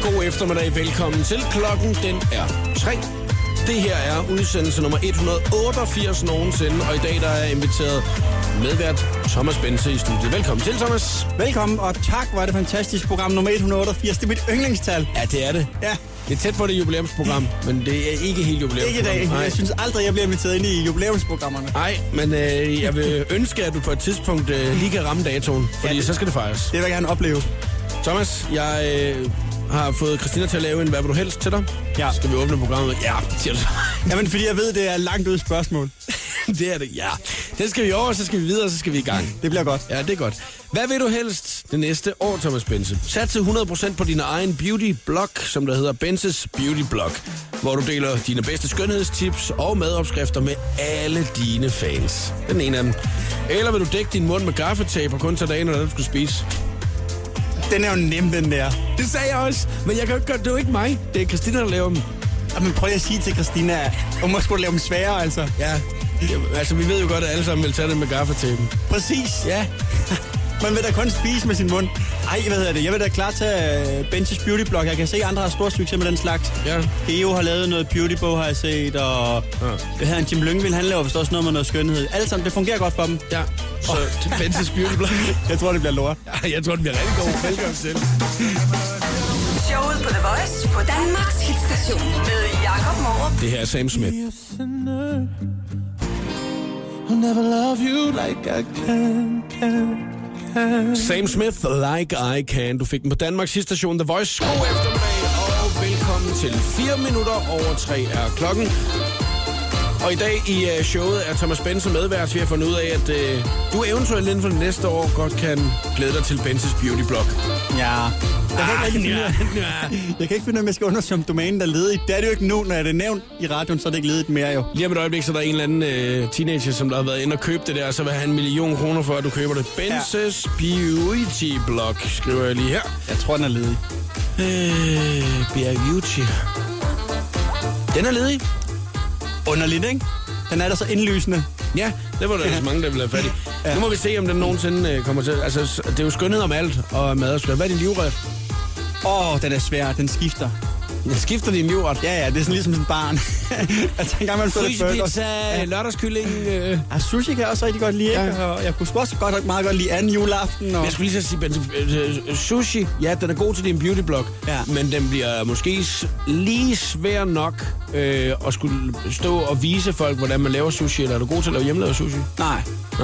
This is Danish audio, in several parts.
god eftermiddag. Velkommen til. Klokken den er 3. Det her er udsendelse nummer 188 nogensinde, og i dag der er inviteret medvært Thomas Bense i studiet. Velkommen til, Thomas. Velkommen, og tak, hvor er det fantastisk program nummer 188. Det er mit yndlingstal. Ja, det er det. Ja. Det er tæt på det jubilæumsprogram, men det er ikke helt jubilæumsprogram. Ikke i dag. Jeg synes aldrig, jeg bliver inviteret ind i jubilæumsprogrammerne. Nej, men jeg vil ønske, at du på et tidspunkt lige kan ramme datoen, fordi så skal det fejres. Det vil jeg gerne opleve. Thomas, jeg har fået Christina til at lave en Hvad vil du helst til dig? Ja. Skal vi åbne programmet? Ja, siger du så. Jamen, fordi jeg ved, det er langt ud spørgsmål. Det er det, ja. Den skal vi over, så skal vi videre, så skal vi i gang. Det bliver godt. Ja, det er godt. Hvad vil du helst det næste år, Thomas Bense? Sats 100% på din egen beauty-blog, som der hedder Benses Beauty-blog, hvor du deler dine bedste skønhedstips og madopskrifter med alle dine fans. Den ene af dem. Eller vil du dække din mund med gaffatape og kun tage dig ind, når du skal spise? Den er jo nem, den der. Det sagde jeg også, men jeg kan jo ikke gøre det. Det er jo ikke mig. Det er Christina, der laver dem. Jamen, prøv at sige til Christina, hun må sgu lave dem sværere, altså. Ja, altså vi ved jo godt, at alle sammen vil tage det med gaffatapen. Præcis. Ja. Man vil da kun spise med sin mund. Ej, hvad hedder det? Jeg vil da klart tage Benches Beauty-blog. Jeg kan se, at andre har stor succes med den slags. Ja. Geo har lavet noget beauty-bog, har jeg set, og det her Jim Lyngvild, han laver vist også noget med noget skønhed. Alt sammen, det fungerer godt for dem. Ja, så til Benches Beauty-blog. Jeg tror, det bliver lort. Ja, jeg tror, det bliver rigtig god. Velkommen til. Showet på The Voice på Danmarks hitstation med Jakob Morup. Det her er Sam Smith. I'll never love you like I can. Sam Smith, Like I Can. Du fik den på Danmarks hitstation The Voice. God eftermiddag og velkommen til 4 minutter over 3 er klokken. Og i dag i showet er Thomas Bense medvært. Vi har fundet ud af, at du eventuelt inden for næste år godt kan glæde dig til Benses Beauty-blog. Ja. Jeg kan ikke finde ud af, om jeg skal undersøge, om domænen er ledigt. Det er det jo ikke nu, når det er nævnt i radioen, så er det ikke ledigt mere jo. Lige om et øjeblik, så er der en eller anden teenager, som der har været inde og købe det der, så vil have 1 million kroner for, at du køber det. Benses Beauty-blog, skriver jeg lige her. Jeg tror, den er ledig. Beauty. Den er ledig. Underligt, ikke? Den er der så indlysende. Ja, det var der så mange, der ville have fat i. Ja. Nu må vi se, om den nogensinde kommer til. Altså, det er jo skønhed om alt og madopskrift. Hvad er din livret? Den er svær. Den skifter. Skifter din livret? Ja, det er sådan ligesom sådan et barn. Altså, en gang man får lidt frysepizza, lørdagskylling. Sushi kan jeg også rigtig godt lide, ja. Og jeg kunne også meget godt lide anden juleaften. Og... Jeg skulle lige så sige, sushi, ja, den er god til din beautyblog, men den bliver måske lige svær nok at skulle stå og vise folk, hvordan man laver sushi, eller er du god til at lave hjemmelavet sushi? Nej.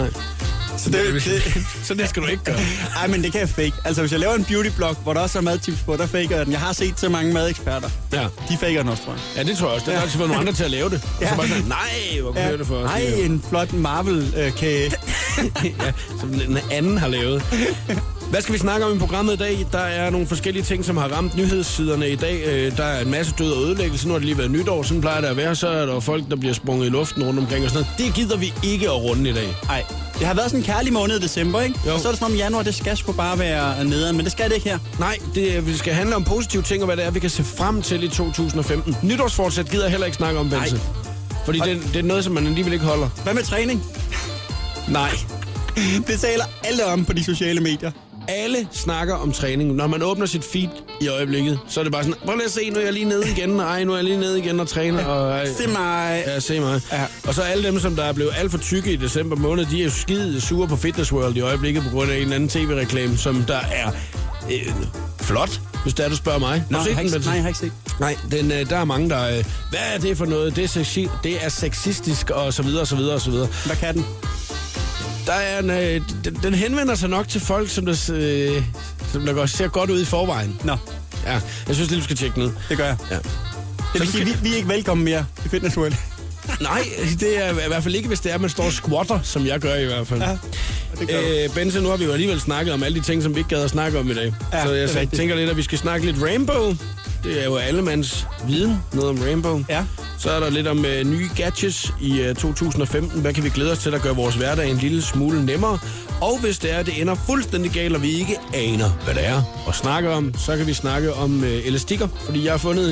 Så det skal du ikke gøre. Nej, men det kan jeg fake. Altså, hvis jeg laver en beautyblog, hvor der også er madtips på, der faker jeg den. Jeg har set så mange madeksperter. Ja. De faker den også, tror jeg. Ja, det tror jeg også. Det er altid for nogle andre til at lave det. Ja. Så bare sådan, nej, hvor gør det for os? Nej, en flot Marvel-kage. Ja, som den anden har lavet. Hvad skal vi snakke om i programmet i dag? Der er nogle forskellige ting, som har ramt nyhedssiderne i dag. Der er en masse død og ødelæggelse. Nu har det lige været nytår, sådan plejer det at være. Så er der folk, der bliver sprunget i luften rundt omkring og sådan noget. Det gider vi ikke at runde i dag. Nej, det har været sådan en kærlig måned i december, ikke? Jo. Og så er det som om januar, det skal sgu bare være nederen, men det skal det ikke her. Nej, det skal handle om positive ting, og hvad det er, vi kan se frem til i 2015. Nytårsfortsæt gider jeg heller ikke snakke om, Bense. Fordi det er noget, som man alligevel ikke holder. Hvad med træning? Nej. Det taler alle om på de sociale medier. Alle snakker om træning. Når man åbner sit feed i øjeblikket, så er det bare sådan, prøv lige at se, nu er jeg lige nede igen, nu er jeg lige nede igen og træner. Og, se mig. Ja, se mig. Ja. Og så alle dem, som der er blevet alt for tykke i december måned, de er jo skide sure på Fitness World i øjeblikket, på grund af en eller anden tv-reklame, som der er flot, hvis det er, du spørger mig. Nej, jeg har ikke set. Nej, der er mange, der... hvad er det for noget? Det er sexistisk, og så videre, og så videre, og så videre. Hvad kan den? Der er den henvender sig nok til folk, som der ser godt ud i forvejen. Nå. Ja, jeg synes lige, du skal tjekke ned. Det gør jeg. Ja. Det vil sige, vi er ikke velkommen mere i Fitness World. Nej, det er i hvert fald ikke, hvis det er, at man står og squatter, som jeg gør i hvert fald. Ja, Bense, nu har vi jo alligevel snakket om alle de ting, som vi ikke gad at snakke om i dag. Ja, så jeg tænker lidt, at vi skal snakke lidt Rainbow. Det er jo allemands viden, noget om Rainbow. Ja. Så er der lidt om nye gadgets i 2015. Hvad kan vi glæde os til at gøre vores hverdag en lille smule nemmere? Og hvis det er, at det ender fuldstændig galt, og vi ikke aner, hvad det er at snakke om, så kan vi snakke om elastikker. Fordi jeg har fundet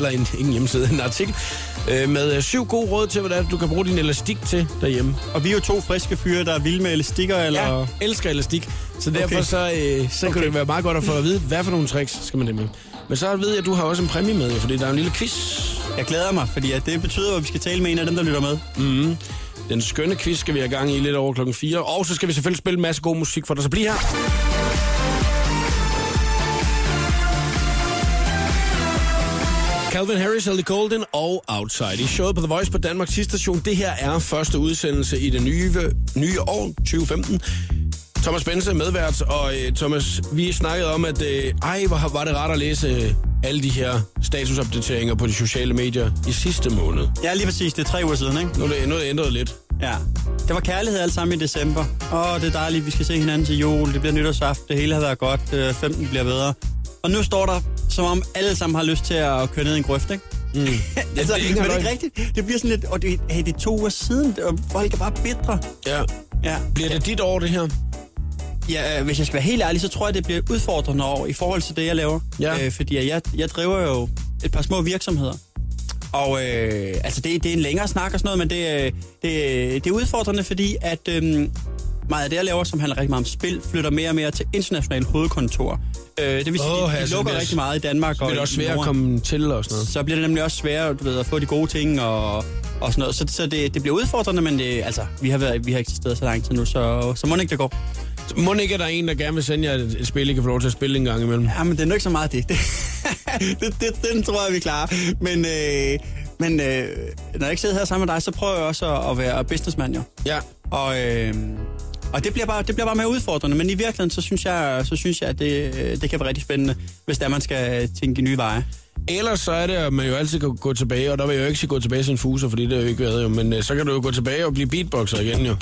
en artikel med 7 gode råd til, hvad du kan bruge din elastik til derhjemme. Og vi er jo 2 friske fyre, der er vilde med elastikker, eller? Ja, elsker elastik. Så derfor så kunne det være meget godt at få at vide, hvad for nogle tricks skal man det med. Men så ved jeg, at du har også en præmie med, fordi der er en lille quiz. Jeg glæder mig, fordi det betyder, at vi skal tale med en af dem, der lytter med. Mm. Den skønne quiz skal vi have gang i lidt over 4:00. Og så skal vi selvfølgelig spille en masse god musik for dig, så bliv her. Calvin Harris, Ellie Goulding og Outside. I showet på The Voice på Danmarks station. Det her er første udsendelse i det nye år, 2015. Thomas Bense, medvært, og Thomas, vi snakkede om, at hvor var det rart at læse alle de her statusopdateringer på de sociale medier i sidste måned. Ja, lige præcis. Det er 3 uger siden, ikke? Nu er det ændret lidt. Ja. Det var kærlighed alt sammen i december. Det er dejligt, vi skal se hinanden til jul. Det bliver nytårsaften, det hele har været godt. 15 bliver bedre. Og nu står der, som om alle sammen har lyst til at køre ned i en grøft, ikke? Mm. Altså, men det er ikke rigtigt. Det bliver sådan lidt, og det er 2 uger siden, og folk er bare bitre. Ja. Bliver det dit år, det her? Ja, hvis jeg skal være helt ærlig, så tror jeg, det bliver udfordrende år i forhold til det, jeg laver. Ja. Fordi jeg driver jo et par små virksomheder. Og altså, det er en længere snak og sådan noget, men det er udfordrende, fordi at meget af det, jeg laver, som handler rigtig meget om spil, flytter mere og mere til internationale hovedkontorer. Det vil sige, de lukker rigtig meget i Danmark. Så bliver det også svært at komme til og sådan noget. Så bliver det nemlig også sværere, at få de gode ting og sådan noget. Så det bliver udfordrende, men vi har eksisteret så lang tid nu, så må ikke det gå. Må ikke, at der er en, der gerne vil sende jer et spil, I kan få lov til at spille en gang imellem? Ja, men det er nok ikke så meget det. Den tror jeg, vi klarer. Men når jeg ikke sidder her sammen med dig, så prøver jeg også at være businessman, jo. Ja. Og det bliver bare mere udfordrende, men i virkeligheden, så synes jeg, at det kan være rigtig spændende, hvis man skal tænke i nye veje. Ellers så er det, at man jo altid kan gå tilbage, og der vil jeg jo ikke sige gå tilbage til en fuser, fordi det er jo ikke været jo, men så kan du jo gå tilbage og blive beatboxer igen jo.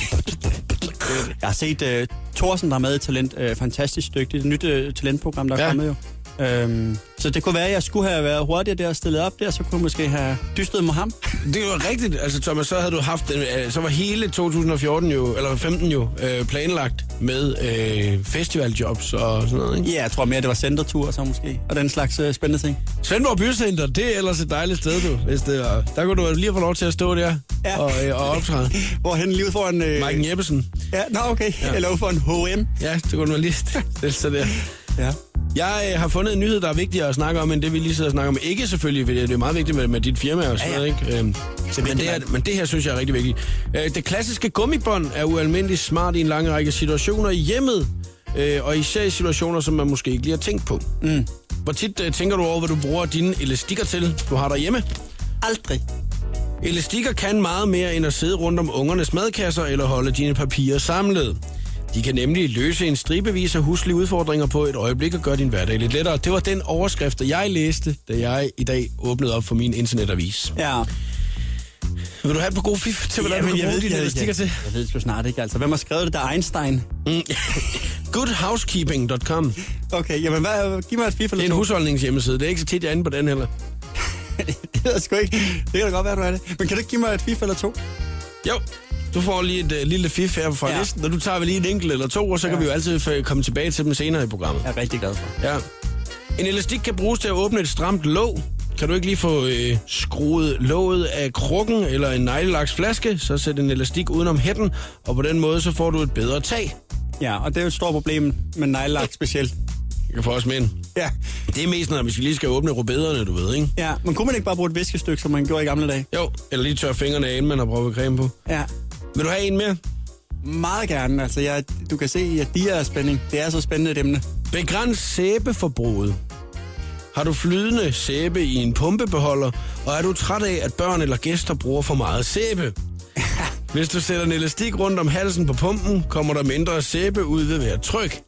Jeg har set Thorsen, der er med i Talent, fantastisk dygtigt, et nyt talentprogram, der er kommet jo. Så det kunne være, at jeg skulle have været hurtigere der og stillet op der, så kunne jeg måske have dystet med ham. Det var rigtigt. Altså Thomas, så havde du haft, så var hele 2014 jo, eller 15 jo, planlagt med festivaljobs og sådan noget, ikke? Ja, jeg tror mere, det var centertur så måske, og den slags spændende ting. Svendborg Bycenter, det er ellers et dejligt sted, du. Hvis det var. Der kunne du lige få lov til at stå der og optræde. Hvorhen lige ud foran... Maiken Jeppesen. Ja, okay. Ja. Eller ud foran H&M. Ja, det kunne du lige stille sig der. Ja. Jeg har fundet en nyhed, der er vigtigere at snakke om, end det vi lige sidder og snakker om. Ikke selvfølgelig, fordi det er meget vigtigt med dit firma og sådan noget, ikke? Men det her synes jeg er rigtig vigtigt. Det klassiske gummibånd er ualmindeligt smart i en lang række situationer i hjemmet, og især i situationer, som man måske ikke lige har tænkt på. Mm. Hvor tit tænker du over, hvad du bruger dine elastikker til, du har derhjemme? Aldrig. Elastikker kan meget mere end at sidde rundt om ungernes madkasser eller holde dine papirer samlet. De kan nemlig løse en stribevis af huslige udfordringer på et øjeblik og gøre din hverdag lidt lettere. Det var den overskrift, jeg læste, da jeg i dag åbnede op for min internetavis. Ja. Vil du have et par gode fif til, hvordan du kan bruge dine elastikker til? Jeg ved sgu snart ikke, altså. Hvem har skrevet det? Der er Einstein. Goodhousekeeping.com. Okay, jamen giv mig et fif eller to. Det er en husholdningshjemmeside. Det er ikke så tit, jeg er inde på den heller. Det ved jeg sgu ikke. Det kan da godt være, du er det. Men kan du ikke give mig et fif eller to? Jo. Du får lige et lille fif her fra listen, og du tager vi lige en enkelt eller to, og så kan vi jo altid komme tilbage til dem senere i programmet. Jeg er rigtig glad for. Ja. En elastik kan bruges til at åbne et stramt låg. Kan du ikke lige få skruet låget af krukken eller en neglelaksflaske, så sæt en elastik udenom hætten, og på den måde så får du et bedre tag. Ja, og det er jo et stort problem med neglelak specielt. Jeg kan få os med ind. Ja. Det er mest, når vi lige skal åbne rubederne, du ved, ikke? Ja, men kunne man ikke bare bruge et viskestykke, som man gjorde i gamle dage? Jo, eller lige tørre fingrene af, inden man har prøvet creme på. Ja. Vil du have en mere? Meget gerne. Altså, du kan se, at de er spænding. Det er så spændende et emne. Begræns sæbeforbruget. Har du flydende sæbe i en pumpebeholder, og er du træt af, at børn eller gæster bruger for meget sæbe? Hvis du sætter en elastik rundt om halsen på pumpen, kommer der mindre sæbe ud ved hver tryk.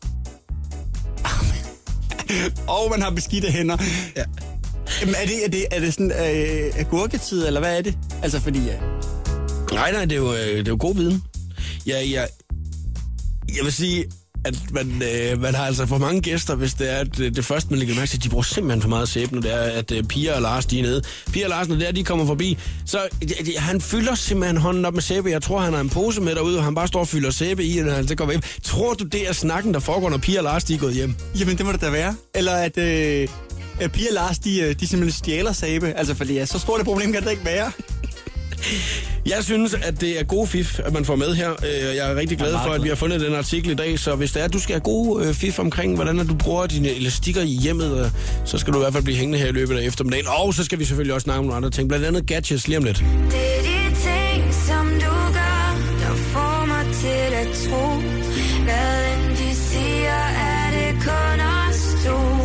Og man har beskidte hænder. Ja. Jamen, er det sådan agurketid, eller hvad er det? Altså, fordi... Nej, det er jo god viden. Jeg vil sige, at man har altså for mange gæster, hvis det er det første, man lægger mærke til, at de bruger simpelthen for meget sæbe, når det er, at Pia og Lars, de er nede. Pia og Lars, når det er, de kommer forbi, så han fylder simpelthen hånden op med sæbe. Jeg tror, han har en pose med derude, og han bare står og fylder sæbe i, når han så kommer hjem. Tror du, det er snakken, der foregår, når Pia og Lars, de er gået hjem? Jamen, det må det da være. Eller at Pia og Lars, de simpelthen stjæler sæbe. Altså, fordi så stort et problem kan det ikke være. Jeg synes, at det er gode fif, at man får med her. Jeg er rigtig glad for, at vi har fundet den artikel i dag. Så hvis det er, at du skal have gode fif omkring, hvordan du bruger dine elastikker i hjemmet, så skal du i hvert fald blive hængende her i løbet af eftermiddagen. Og så skal vi selvfølgelig også snakke om nogle andre ting. Blandt andet gadgets lige om lidt. Det er de ting, som du gør, der får mig til at tro. Hvad end de siger, er det kun os to.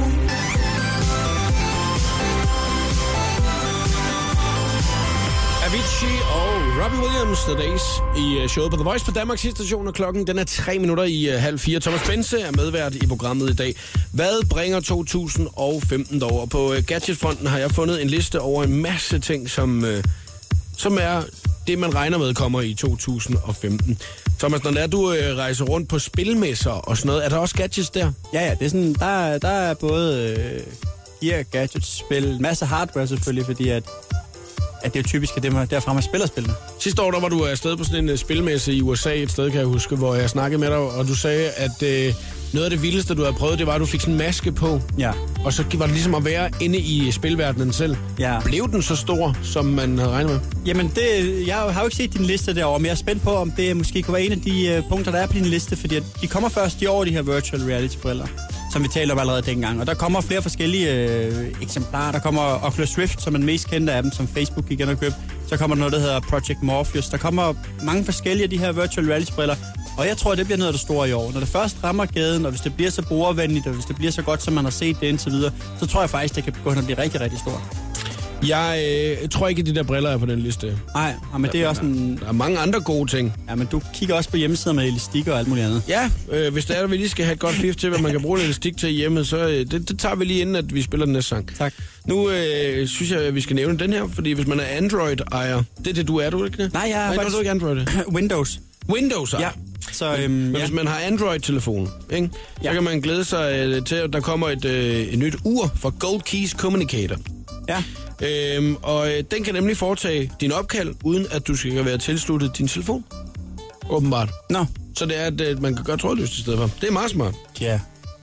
Avicii og Robbie Williams, The Days, i showet på The Voice på Danmarks station, og klokken den er 3:03. Thomas Bense er medvært i programmet i dag. Hvad bringer 2015 over? På gadgetfronten har jeg fundet en liste over en masse ting, som er det, man regner med kommer i 2015. Thomas, når du rejser rundt på spilmesser og sådan noget, er der også gadgets der? Ja, det er sådan, der er både gear, gadgets, spil, en masse hardware selvfølgelig, fordi at det er jo typisk, at det er derfra, man spiller spillene. Sidste år, der var du afsted på sådan en spilmesse i USA, et sted, kan jeg huske, hvor jeg snakkede med dig, og du sagde, at noget af det vildeste, du havde prøvet, det var, at du fik sådan en maske på. Ja. Og så var det ligesom at være inde i spilverdenen selv. Ja. Blev den så stor, som man havde regnet med? Jamen, jeg har jo ikke set din liste derovre, men jeg er spændt på, om det måske kunne være en af de punkter, der er på din liste, fordi de kommer først i år, de her virtual reality-briller, som vi talte om allerede dengang. Og der kommer flere forskellige eksemplarer. Der kommer Oculus Rift, som er den mest kendte af dem, som Facebook gik ind og købte. Så kommer der noget, der hedder Project Morpheus. Der kommer mange forskellige af de her virtual reality-briller. Og jeg tror, at det bliver noget af det store i år. Når det først rammer gaden, og hvis det bliver så brugervenligt, og hvis det bliver så godt, som man har set det indtil videre, så tror jeg faktisk, det kan gå hen og blive rigtig, rigtig stort. Jeg tror ikke, at de der briller er på den liste. Nej, men det er også en... Der er mange andre gode ting. Ja, men du kigger også på hjemmesider med elastikker og alt muligt andet. Ja, hvis det er, at vi lige skal have et godt fif til, hvad man kan bruge elastik til hjemmet, så det tager vi lige inden, at vi spiller den næste sang. Tak. Nu synes jeg, at vi skal nævne den her, fordi hvis man er Android-ejer, det er det, du er, du ikke det? Nej, jeg er faktisk... du ikke Android? Windows. Windows-ejer? Ja. Så, men hvis man har Android-telefon, ikke, så kan man glæde sig til, at der kommer et nyt ur fra Gold Keys Communicator. Ja. Og den kan nemlig foretage din opkald, uden at du skal være tilsluttet din telefon. Åbenbart. Nå. Så det er, at man kan gøre trådløst i stedet for. Det er meget smart. Ja.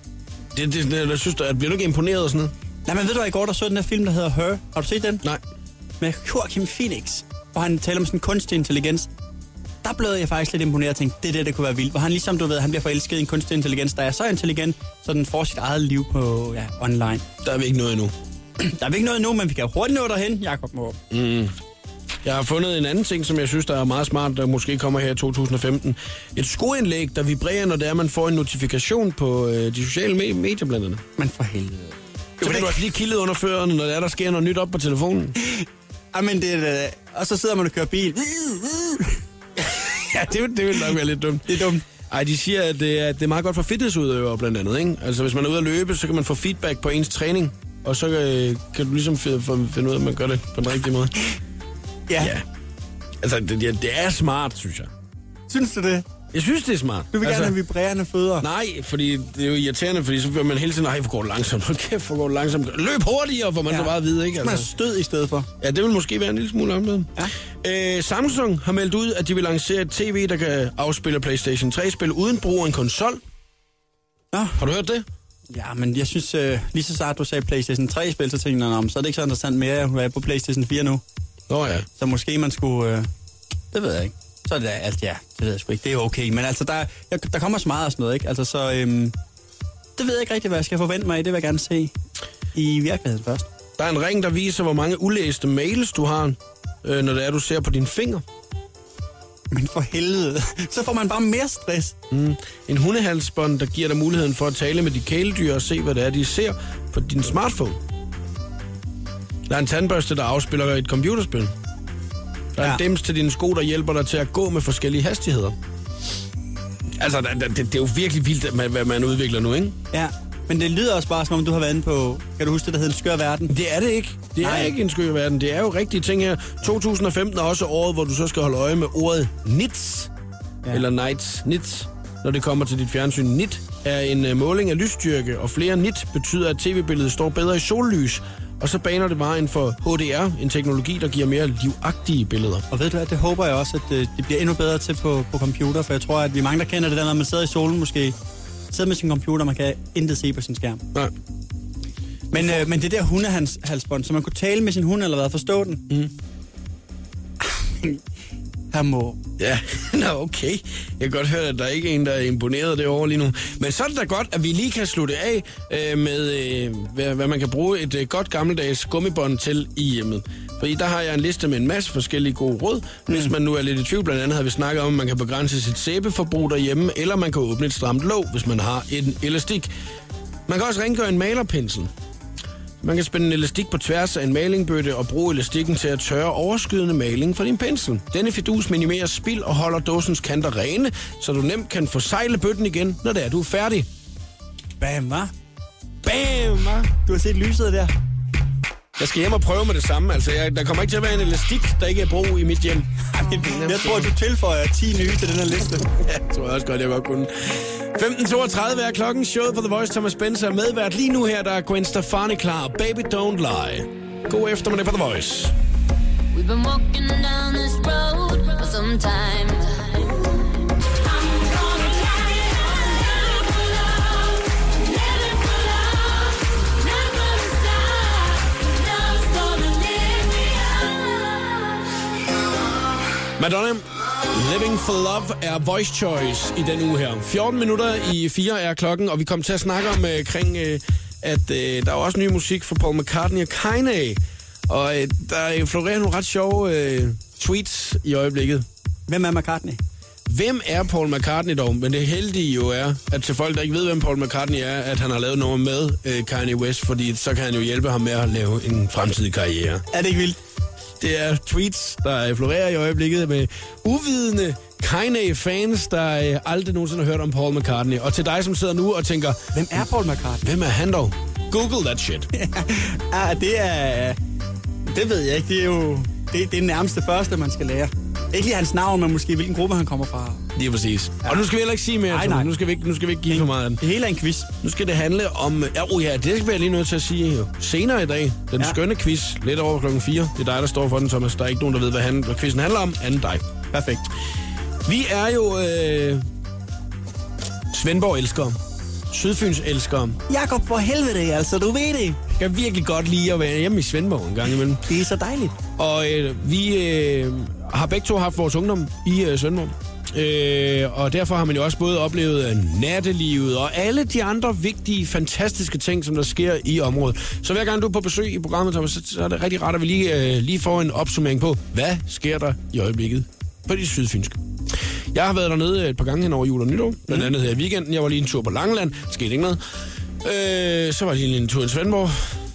Jeg synes, at bliver du ikke imponeret og sådan noget? Nej, men ved du, i går der så den her film, der hedder Her. Har du set den? Nej. Med Joaquin Phoenix, hvor han taler om sådan kunstig intelligens. Der blev jeg faktisk lidt imponeret og tænkte, det kunne være vildt. Hvor han ligesom, du ved, han bliver forelsket i en kunstig intelligens, der er så intelligent, så den får sit eget liv på online. Der er vi ikke noget endnu. Der er vi ikke noget endnu, men vi kan hurtigt nå derhen, Jakob Måb. Jeg har fundet en anden ting, som jeg synes, der er meget smart, der måske kommer her i 2015. Et skoindlæg, der vibrerer, når det er, man får en notifikation på de sociale medier blandt andet. Men for helvede. Så kan du også lige kildet under fødderne, når der sker noget nyt op på telefonen. Jamen, det er og så sidder man og kører bil. Ja, det vil nok være lidt dumt. Det er dumt. Ej, de siger, at det er meget godt for fitnessudøvere blandt andet, ikke? Altså, hvis man er ude at løbe, så kan man få feedback på ens træning. Og så kan du ligesom finde ud af, at man gør det på den rigtige måde. Ja. Altså, det er smart, synes jeg. Synes du det? Jeg synes, det er smart. Du vil gerne have vibrerende fødder. Nej, fordi det er jo irriterende, fordi så vil man hele tiden, hvor går det langsomt. Hold kæft, hvor går det langsomt. Løb hurtigere, hvor man så bare ved, ikke? Altså. Man er stød i stedet for. Ja, det vil måske være en lille smule omvendt. Ja. Samsung har meldt ud, at de vil lancere et tv, der kan afspille PlayStation 3-spil uden brug af en konsol. Ja. Har du hørt det? Ja, men jeg synes, lige så snart du sagde PlayStation 3-spil, så tænkte jeg, så er det ikke så interessant mere at være på PlayStation 4 nu. Nå ja. Så måske man skulle... det ved jeg ikke. Så er det alt, ja. Det ved jeg sgu ikke. Det er okay. Men altså, der kommer så meget og sådan noget, ikke? Altså, så... det ved jeg ikke rigtig, hvad jeg skal forvente mig i. Det vil jeg gerne se i virkeligheden først. Der er en ring, der viser, hvor mange ulæste mails du har, når det er, du ser på dine fingre. Men for helvede. Så får man bare mere stress. En hundehalsbånd, der giver dig muligheden for at tale med de kæledyr og se, hvad det er, de ser på din smartphone. Der er en tandbørste, der afspiller et computerspil. Der er en dims til dine sko, der hjælper dig til at gå med forskellige hastigheder. Altså, det er jo virkelig vildt, hvad man udvikler nu, ikke? Ja, men det lyder også bare, som om du har været inde på... Kan du huske det, der hedder En Skør Verden? Det er det ikke. Det er ikke En Skør Verden. Det er jo rigtige ting her. 2015 er også året, hvor du så skal holde øje med ordet nits. Ja. Eller nits. Når det kommer til dit fjernsyn. Nit er en måling af lysstyrke, og flere nit betyder, at tv-billedet står bedre i sollys. Og så baner det vejen for HDR, en teknologi, der giver mere livagtige billeder. Og ved du hvad, det håber jeg også, at det bliver endnu bedre til på computer, for jeg tror, at vi er mange, der kender det der, når man sidder i solen måske, sidder med sin computer, man kan intet se på sin skærm. Nej. Men det der hundehalsbånd, så man kunne tale med sin hund eller hvad, forstå den? Han må. Ja, nå okay. Jeg kan godt høre, at der ikke er en, der er imponeret derovre lige nu. Men så er det da godt, at vi lige kan slutte af med, hvad man kan bruge et godt gammeldags gummibånd til i hjemmet. Fordi der har jeg en liste med en masse forskellige gode råd. Hvis man nu er lidt i tvivl, blandt andet har vi snakket om, at man kan begrænse sit sæbeforbrug derhjemme, eller man kan åbne et stramt låg, hvis man har en elastik. Man kan også rengøre en malerpensel. Man kan spænde en elastik på tværs af en malingbøtte og bruge elastikken til at tørre overskydende maling fra din pensel. Denne fidus minimerer spild og holder dåsens kanter rene, så du nemt kan forsegle bøtten igen, når det er, du er færdig. Bam, hva'? Bam, hva'? Du har set lyset der. Jeg skal hjem og prøve med det samme. Altså, der kommer ikke til at være en elastik, der ikke er brug i mit hjem. Jeg tror, du tilføjer 10 nye til den her liste. Ja, det tror jeg også godt, jeg godt kunne. 15.32 er klokken. Showet på The Voice. Thomas Spencer er medvært. Lige nu her, der er Gwen Stefani klar. Baby, don't lie. God eftermiddag på The Voice. We've been walking down this road for some time. Madonna, Living for Love er Voice Choice i den uge her. 14 minutter i 4 er klokken, og vi kommer til at snakke om at der er også ny musik fra Paul McCartney og Kanye. Og der florerer nogle ret sjove tweets i øjeblikket. Hvem er McCartney? Hvem er Paul McCartney dog? Men det heldige jo er, at til folk, der ikke ved, hvem Paul McCartney er, at han har lavet noget med Kanye West, fordi så kan han jo hjælpe ham med at lave en fremtidig karriere. Er det ikke vildt? Det er tweets, der florerer i øjeblikket med uvidende Kanye-fans, der aldrig nogensinde har hørt om Paul McCartney. Og til dig, som sidder nu og tænker, hvem er Paul McCartney? Hvem er han dog? Google that shit. Det ved jeg ikke. Det er jo det nærmeste første, man skal lære. Ikke lige hans navn, men måske hvilken gruppe han kommer fra. Lige præcis. Ja. Og nu skal vi heller ikke sige mere. Nej. Nu skal vi ikke give for meget af den. Det hele er en quiz. Nu skal det handle om... Ja, det skal jeg lige nødt til at sige jo. Senere i dag, den skønne quiz, lidt over klokken 4. Det er dig, der står for den, Thomas. Der er ikke nogen, der ved, hvad quizzen handler om, anden dig. Perfekt. Vi er jo Svendborg-elskere. Sydfyns elskere. Jakob, for helvede, altså, du ved det. Jeg kan virkelig godt lide at være hjemme i Svendborg en gang imellem. Det er så dejligt. Og vi har begge to haft vores ungdom i Svendborg. Og derfor har man jo også både oplevet nattelivet og alle de andre vigtige, fantastiske ting, som der sker i området. Så hver gang du er på besøg i programmet, Thomas, så er det rigtig rart, at vi lige får en opsummering på, hvad sker der i øjeblikket på de sydfynske. Jeg har været dernede et par gange hen over jul og nytår, blandt andet her i weekenden. Jeg var lige en tur på Langeland, skete ikke noget. Så var jeg lige en tur i Svendborg.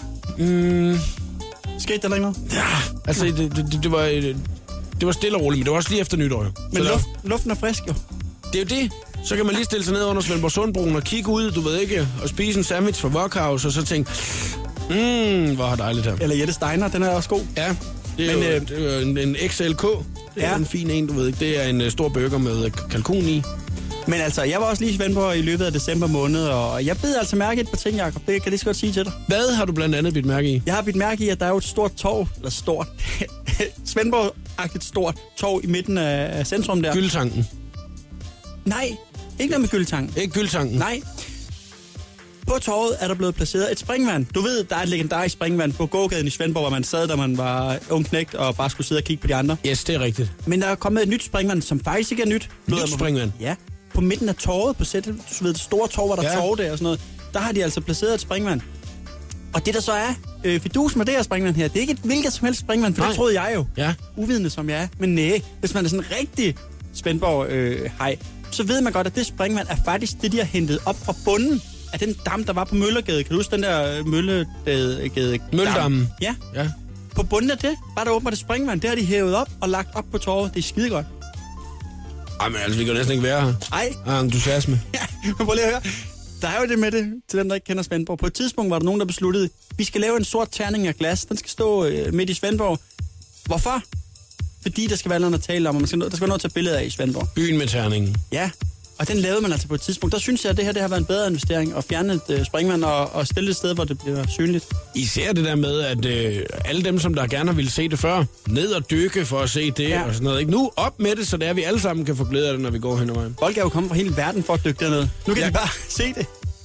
Skete der noget? Ja, altså det var stille og roligt, men det var også lige efter nytår. Jo. Men luften er frisk jo. Det er jo det. Så kan man lige stille sig ned under Svendborg Sundbroen og kigge ud, du ved ikke, og spise en sandwich fra Wokhouse, og så tænke, hvor dejligt her. Eller Jette Steiner, den er også god. Ja, det er jo en XLK. Det er en fin en, du ved ikke. Det er en stor burger med kalkun i. Men altså, jeg var også lige i Svendborg i løbet af december måned, og jeg bed altså mærke et par ting, Jacob. Det kan jeg lige så godt sige til dig. Hvad har du blandt andet bidt mærke i? Jeg har bidt mærke i, at der er jo et stort torv, eller stort, Svendborg-agtigt stort torv i midten af centrum der. Gyldtanken. Nej, ikke noget med Gyldtanken. Ikke Gyldtanken? Nej. På torvet er der blevet placeret et springvand. Du ved, der er et legendarisk springvand på gågaden i Svendborg, hvor man sad, da man var ung knægt og bare skulle sidde og kigge på de andre. Yes, det er rigtigt. Men der er kommet et nyt springvand, som faktisk ikke er nyt. Nyt springvand? Ja. På midten af torvet, på sættet, du ved, det store torv, hvor der er torv der og sådan noget, der har de altså placeret et springvand. Og det der så er, fidusen med det her springvand her, det er ikke et hvilket som helst springvand, for det troede jeg jo. Ja. Uvidende som jeg er. Men nej, hvis man er sådan en rigtig Svendborg-hej, så ved man godt, at det springvand er faktisk det, de har hentet op fra bunden af den dam, der var på Møllergade. Kan du huske den der Møllegade? Mølledammen? Ja. På bunden af det, var der åbenbart det springvand. Det har de hævet op og lagt op på torvet. Det er skidegodt. Ej, men altså, vi kan næsten ikke være her. Ej. Entusiasme. Ja, men prøv lige at høre. Der er jo det med det, til dem, der ikke kender Svendborg. På et tidspunkt var der nogen, der besluttede, vi skal lave en sort terning af glas. Den skal stå midt i Svendborg. Hvorfor? Fordi der skal være noget at tale om, og der skal være noget at tage billeder af i Svendborg. Byen med terningen. Ja, og den lavede man altså på et tidspunkt. Der synes jeg, at det her har været en bedre investering at fjerne et springvand og stille et sted, hvor det bliver synligt. Især det der med, at alle dem, som der gerne ville se det før, ned og dykke for at se det og sådan noget. Ikke? Nu op med det, så det er, vi alle sammen kan få glæde af det, når vi går hen ad vejen. Folk er jo kommet fra hele verden for at dykke derned. Nu kan de bare se det.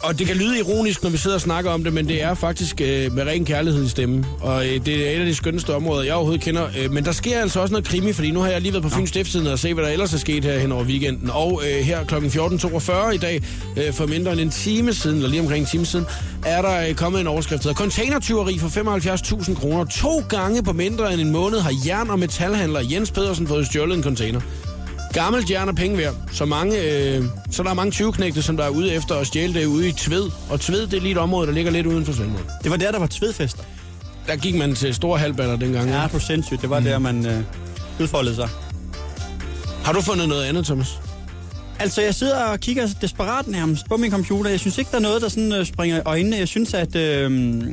Og det kan lyde ironisk, når vi sidder og snakker om det, men det er faktisk med ren kærlighed i stemmen. Og det er et af de skønneste områder, jeg overhovedet kender. Men der sker altså også noget krimi, fordi nu har jeg lige været på Fyns Stiftstidende og se, hvad der ellers er sket her hen over weekenden. Og her kl. 14.42 i dag, for mindre end en time siden, eller lige omkring en time siden, er der kommet en overskrift, der hedder containertyveri for 75.000 kroner. 2 gange på mindre end en måned har jern- og metalhandler Jens Pedersen fået stjålet en container. Gammelt jern og penge værd. Så der er mange tyveknægte, som der er ude efter at stjæle det ude i Tved. Og Tved, det er lige et område, der ligger lidt uden for Svendborg. Det var der var Tvedfester. Der gik man til store halvballer dengang. Ja, på sindssygt. Det var der, man udfoldede sig. Har du fundet noget andet, Thomas? Altså, jeg sidder og kigger desperat nærmest på min computer. Jeg synes ikke, der er noget, der sådan springer i øjnene. Jeg synes, at der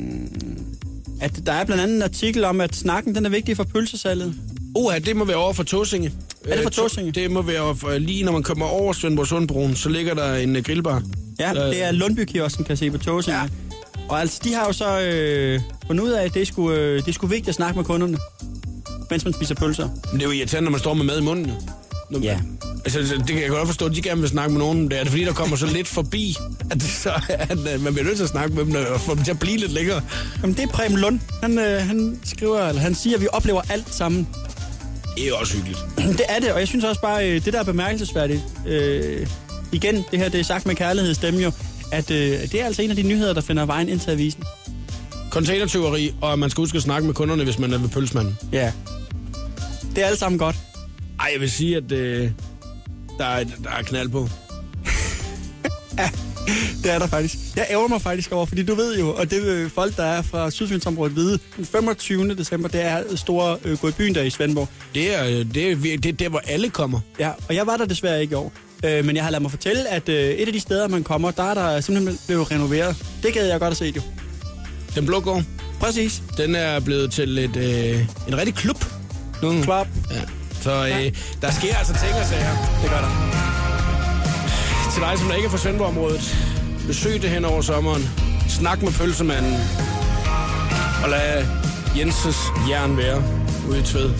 er blandt andet en artikel om, at snakken den er vigtig for pølsesalget. Det må være over for Tåsinge. Er det for Tåsinge? Det må være lige når man kommer over Svendborg Sundbroen, så ligger der en grillbar. Ja, det er Lundby-kiosken, kan se på Tåsinge. Ja. Og altså, de har jo så fundet ud af, at det er sgu vigtigt at snakke med kunderne, mens man spiser pølser. Men det er jo irriterende, når man står med mad i munden. Ja. Altså, det kan jeg godt forstå, at de gerne vil snakke med nogen. Det er fordi, der kommer så lidt forbi, at man bliver nødt til at snakke med dem, og få dem til at blive lidt længere. Jamen, det er Preben Lund. Han siger, at vi oplever alt sammen. Det er også hyggeligt. Det er det, og jeg synes også bare, det der er bemærkelsesværdigt. Igen, det her, det er sagt med kærlighed stemme jo, at det er altså en af de nyheder, der finder vejen ind til avisen. Containertyveri, og man skal huske at snakke med kunderne, hvis man er ved pølsemanden. Ja. Det er alt sammen godt. Ej, jeg vil sige, at der er knald på. Ja, det er der faktisk. Jeg ærger mig faktisk over, fordi du ved jo, og det vil folk, der er fra Sydfynsområdet vide, den 25. december, det er store gå i byen der i Svendborg. Det er der, hvor alle kommer. Ja, og jeg var der desværre ikke i år. Men jeg har ladet mig fortælle, at et af de steder, man kommer, der er der simpelthen blevet renoveret. Det gad jeg godt at se, jo. Den Blå Gård? Præcis. Den er blevet til en rigtig klub. Klub. Ja. Så der sker altså ting og sager. Det gør der. Til dig, som der ikke er fra Svendborg-området, besøg det hen over sommeren. Snak med pølsemanden. Og lad Jenses jern være ude i Tved.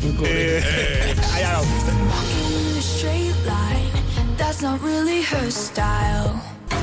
That's not really her style.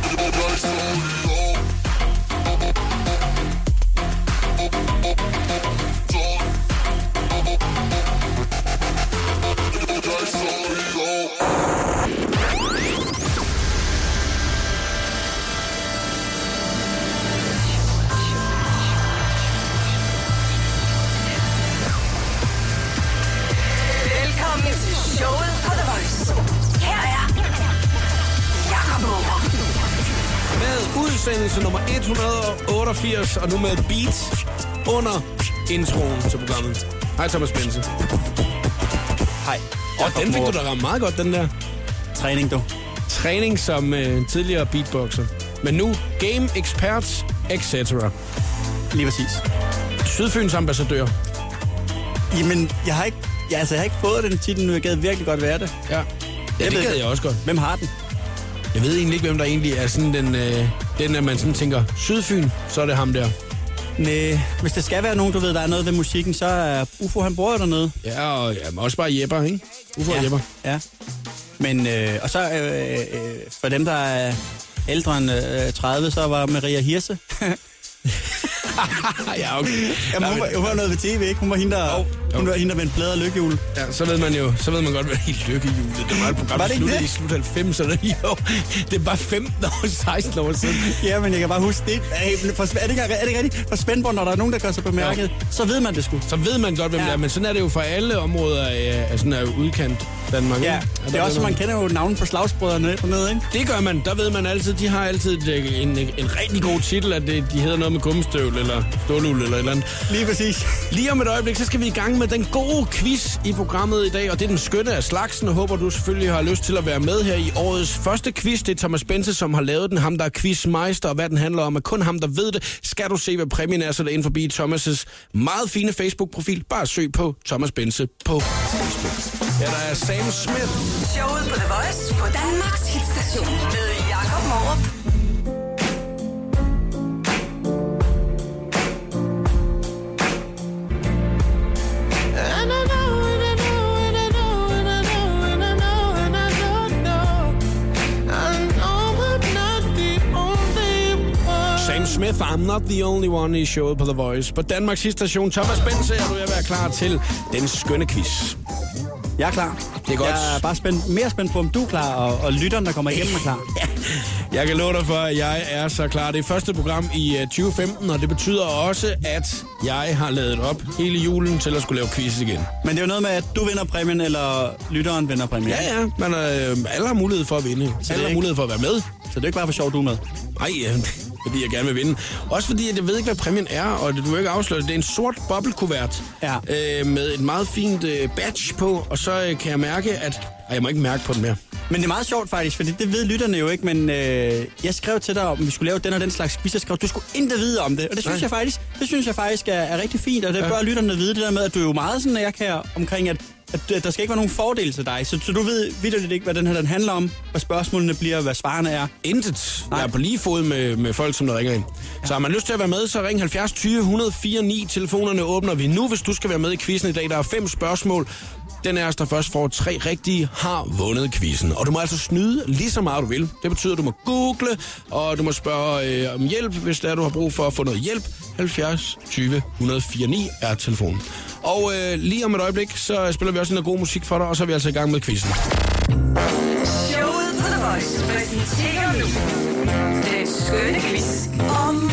Velkommen til showet på The Voice. Her er Jakob Morup. Med udsendelse nummer 188, og nu med beats under introen til programmet. Hej Thomas Bense. Hej. Og den fik du da ramt meget godt, den der. Træning, du. Træning som tidligere beatboxer. Men nu game experts, etc. Lige præcis. Sydfyns ambassadør. Jamen, jeg har ikke fået den titel nu. Jeg gad virkelig godt være det. Ja, det gad jeg også godt. Hvem har den? Jeg ved egentlig ikke, hvem der egentlig er sådan den at man sådan tænker, Sydfyn, så er det ham der. Næh, hvis det skal være nogen, du ved, der er noget ved musikken, så er Ufo, han bor dernede. Ja, og også bare Jepper, ikke? Ufo og Jepper. Ja. Men, og så for dem, der er ældre end 30, så var Maria Hirse. Ja, okay. Jamen, hun var noget ved tv, ikke? Hun var hende, der vendte bladre lykkehjul. Ja, så ved man godt, hvad i lykkehjulet. Det var et program, der sluttede i slut 90'erne. Jo, det er bare 15 år, 16 år siden. Ja, men jeg kan bare huske det. Er det ikke rigtigt? For Svendborg, når der er nogen, der gør sig bemærket, så ved man det sgu. Så ved man godt, hvem det er, men sådan er det jo for alle områder af sådan en udkant Danmark. Ja, det er også, man kender jo navnet på slagsbrødrene dernede, ikke? Det gør man. Der ved man altid, de har altid en rigtig god titel, at de hedder noget med gummistøvl eller stålul eller et eller andet. Lige præcis. Lige om et øjeblik, så skal vi i gang med den gode quiz i programmet i dag, og det er den skønne af slagsen, og håber du selvfølgelig har lyst til at være med her i årets første quiz. Det er Thomas Bense, som har lavet den, ham der er quizmeister, og hvad den handler om, er kun ham, der ved det. Skal du se, hvad præmien er, så er det ind forbi Thomas' meget fine Facebook-profil. Bare søg på Thomas Bense på Facebook. Ja, der er Sam Smith. Showet på The Voice på Danmarks hitstation med Jakob Morup. I know I'm not the only Smith, I'm not the only one i showet på The Voice. På Danmarks station, Thomas Bense, er du ved at være klar til den skønne quiz. Jeg er klar. Det er godt. Jeg er bare mere spændt på, om du er klar, og lytteren, der kommer igennem, er klar. Jeg kan love dig for, at jeg er så klar. Det er første program i 2015, og det betyder også, at jeg har ladet op hele julen til at skulle lave quiz igen. Men det er jo noget med, at du vinder præmien, eller lytteren vinder præmien. Ja. Men alle har mulighed for at vinde. Alle har mulighed for at være med. Så det er ikke bare for sjov, du er med? Nej, fordi jeg gerne vil vinde. Også fordi, at jeg ved ikke, hvad præmien er, og du vil ikke afsløre det. Det er en sort boblekuvert med et meget fint badge på, og så kan jeg mærke, at... jeg må ikke mærke på den mere. Men det er meget sjovt faktisk, for det ved lytterne jo ikke, men jeg skrev til dig, om vi skulle lave den og den slags quiz. Jeg skrev, du skulle intet vide om det, og det synes jeg faktisk er rigtig fint, og det bør lytterne vide, det der med, at du er jo meget sådan, at jeg kan omkring, at der skal ikke være nogen fordel til dig. Så du ved vitterligt ikke, hvad den her den handler om, hvad spørgsmålene bliver, hvad svarene er. Intet. Jeg er på lige fod med folk, som der ringer ind. Ja. Så har man lyst til at være med, så ring 70 20 104 9. Telefonerne åbner vi nu, hvis du skal være med i quizzen i dag. Der er 5 spørgsmål. Den af os, der først får 3 rigtige, har vundet quizzen. Og du må altså snyde lige så meget, du vil. Det betyder, at du må google, og du må spørge om hjælp, hvis der du har brug for at få noget hjælp. 70 20 104 9 er telefonen. Og lige om et øjeblik, så spiller vi også noget god musik for dig, og så er vi altså i gang med quizzen. Showet på The Voice præsenterer nu den skønne quiz om...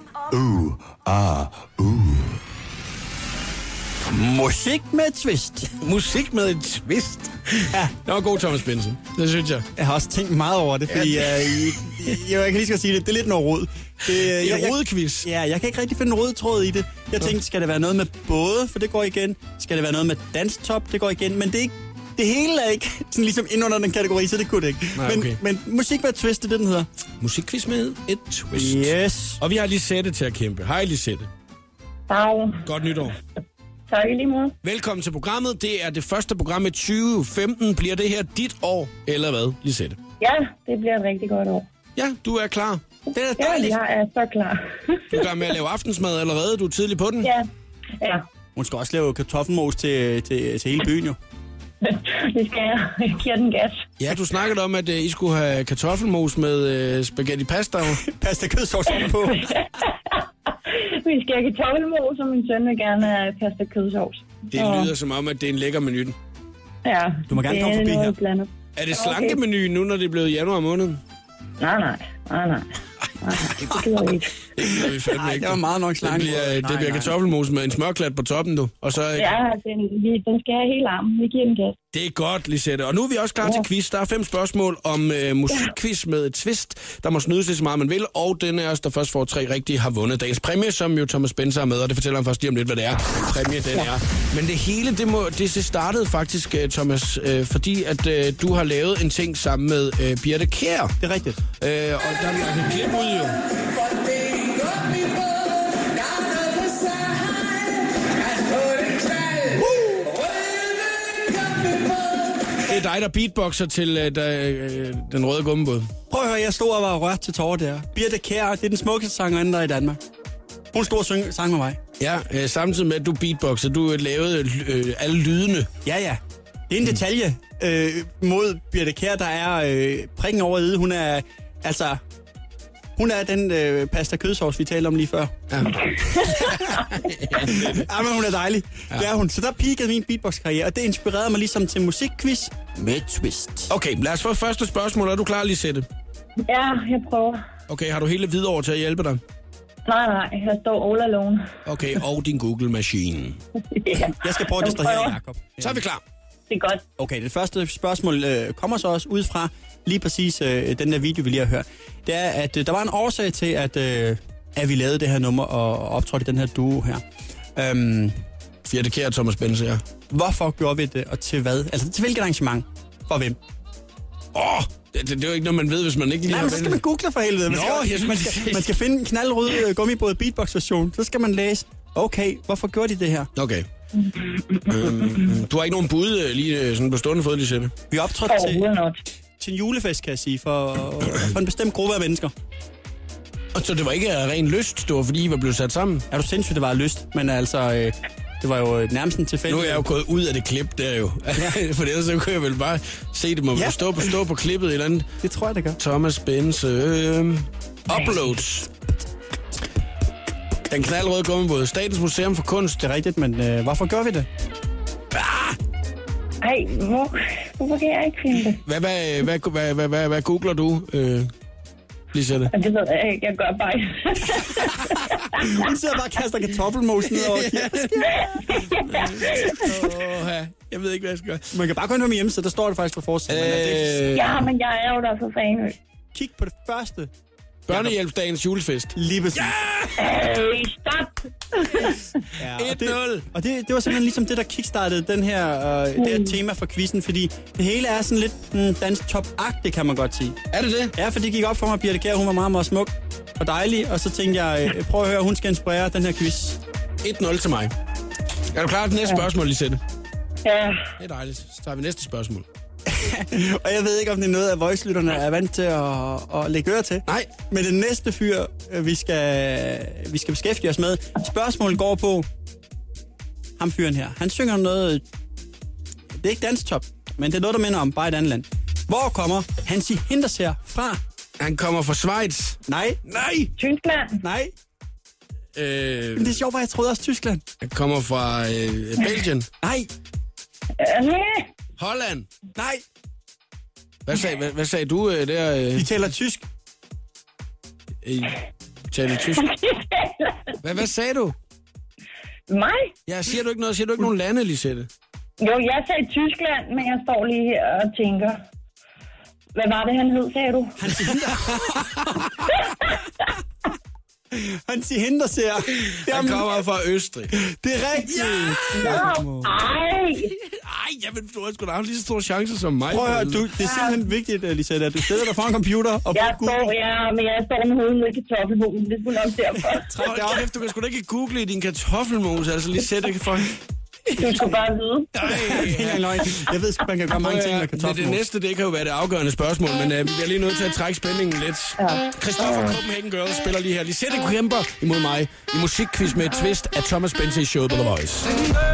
Musik med et twist. Musik med et twist? Ja. Det var god, Thomas Benson. Det synes jeg. Jeg har også tænkt meget over det, fordi jeg kan lige skal sige det. Det er lidt noget rod. Det er en rodquiz. Jeg kan ikke rigtig finde en rød tråd i det. Jeg tænkte, skal det være noget med både, for det går igen. Skal det være noget med danstop, det går igen. Men det er ikke, det hele er ikke sådan ligesom ind under den kategori, så det kunne det ikke. Nej, okay. Men musik med et twist, det er det, den hedder. Musikquiz med et twist. Yes. Og vi har Lisette til at kæmpe. Hej, Lisette. Hej. Godt nytår. Tak i lige måde. Velkommen til programmet. Det er det første program i 2015. Bliver det her dit år, eller hvad, Lisette? Ja, det bliver et rigtig godt år. Ja, du er klar. Det er dejligt. Ja, jeg er så klar. Du er klar med at lave aftensmad allerede. Du er tidlig på den. Ja. Hun skal også lave kartoffelmos til hele byen, jo. Det skal jeg. Jeg giver den gas. Ja, du snakkede om, at I skulle have kartoffelmos med spaghetti pasta. Pasta kødsovs på. Vi skal have kartoffelmos, og min søn vil gerne have pasta kødsovs. Det lyder som om, at det er en lækker menu. Ja, du må gerne komme forbi her. Blandet. Er det slankemenu nu, når det er blevet januar måned? Nej. Det gider ikke. Det var meget nok slanke. Det bliver kartoffelmos med en smørklat på toppen, du. Og så, ja, den skal have hele armen. Vi giver den gas. Det er godt, Lisette. Og nu er vi også klar til quiz. Der er 5 spørgsmål om musikquiz med et twist. Der må snydes lige så meget, man vil. Og den af os, der først får 3 rigtige, har vundet dagens præmie, som jo Thomas Benser er med. Og det fortæller han først lige om lidt, hvad det er. Præmie, den er. Men det hele, det startede faktisk, Thomas, fordi at du har lavet en ting sammen med Birthe Kjær. Det er rigtigt. Og der er vi et klip ud, jo. Det er dig, der beatboxer til den røde gummibåd. Prøv at høre, jeg stod og var rørt til tårer der. Birthe Kjær, det er den smukkeste sangerinde, der er i Danmark. Hun stod og sang med mig. Ja, samtidig med, at du beatboxer. Du lavede alle lydene. Ja. Det er en detalje mod Birthe Kjær, der er prikken over i. Hun er den pasta kødsovs, vi talte om lige før. Ja. Ja, men hun er dejlig. Ja. Det er hun. Så der peakede min beatbox-karriere, og det inspirerede mig ligesom til musikquiz med twist. Okay, lad os få første spørgsmål. Er du klar, Lisette? Ja, jeg prøver. Okay, har du hele Hvidovre til at hjælpe dig? Nej, jeg står all alone. Okay, og din Google-maskine. Ja. Jeg skal prøve at distrahere Jacob. Så er vi klar. Det er godt. Okay, det første spørgsmål kommer så også ud fra lige præcis den der video, vi lige har hørt. Det er, at der var en årsag til, at vi lavede det her nummer og optrådte den her duo her. Birthe Kjær og Thomas Bense, ja. Hvorfor gjorde vi det, og til hvad? Altså, til hvilket arrangement? For hvem? Det er jo ikke noget, man ved, hvis man ikke lige har... Nej, så skal man google for helvede. Man skal finde en knaldrød gummibåd beatbox-version. Så skal man læse, okay, hvorfor gjorde de det her? Okay. Du har ikke nogen bud lige sådan på stående fod, Lisette? Vi optrådte til en julefest, kan jeg sige, for en bestemt gruppe af mennesker. Og så det var ikke ren lyst, det var fordi I var blevet sat sammen? Er du sindssygt, det var lyst, men altså, det var jo nærmest en tilfælde. Nu er jeg jo gået ud af det klip der jo. Ja. For ellers så kunne jeg vel bare se det, må stå på klippet eller andet. Det tror jeg, det gør. Thomas Bense, uploads. Den knaldrøde gummibåd. Statens Museum for Kunst. Det er rigtigt, men hvorfor gør vi det? Ej, hvorfor kan jeg ikke finde det? Hvad googler du, Lisette? Det ved jeg ikke. Jeg gør bare ikke. Hun sidder bare og kaster kartoffelmos ned over Jeg ved ikke, hvad jeg skal gøre. Man kan bare gå ind på min hjemmeside, der står det faktisk på forsiden. Ja, men jeg er jo der for Fanø. Kig på det første. Børnehjælpsdagens julefest. Lige præcis. Stop! Ja, 1-0. Og det var simpelthen ligesom det, der kickstartede det her tema for quizzen, fordi det hele er sådan lidt dansk top-agtigt, kan man godt sige. Er det det? Ja, for det gik op for mig, Birte Kjær, hun var meget, meget smuk og dejlig, og så tænkte jeg, prøv at høre, hun skal inspirere den her quiz. 1-0 til mig. Er du klar til næste spørgsmål, Lisette? Ja. Det er dejligt. Så tager vi næste spørgsmål. Og jeg ved ikke, om det er noget, at voice-lytterne er vant til at lægge øre til. Nej. Men den næste fyr, vi skal beskæftige os med. Spørgsmålet går på ham fyren her. Han synger noget. Det er ikke danstop, men det er noget, der minder om bare et andet land. Hvor kommer Hansi Hinterseer fra? Han kommer fra Schweiz. Nej. Tyskland. Nej. Men det er sjovt, hvad jeg troede også Tyskland. Han kommer fra Belgien. Nej. Holland. Nej. Hvad sagde du der? De taler tysk. Taler tysk? Hvad sagde du? Mig? Ja, siger du ikke noget? Siger du ikke nogen lande, Lisette? Jo, jeg sagde Tyskland, men jeg står lige her og tænker. Hvad var det, han hed, sagde du? Hansi Hinterseer. Han kommer fra Østrig. Det er rigtigt. Ej, jamen, du har sgu da haft lige så stor chance som mig. Prøv at høre, det er simpelthen vigtigt, Lisette, at du sætter dig foran computer og jeg står med hovedet med kartoffelmosen. Det skulle nok derfor. Hold kæft, du kan sgu da ikke google i din kartoffelmos. Altså, Lisette kan få... Du skal bare vide. Jeg ved sgu, man kan gøre mange ting med kartoffelmos. Det næste, det kan jo være det afgørende spørgsmål, men vi er lige nødt til at trække spændingen lidt. Christoffer Copenhagen Girls spiller lige her. Lisette kæmper imod mig i musikquiz med et twist af Thomas Bense i showet på The Voice.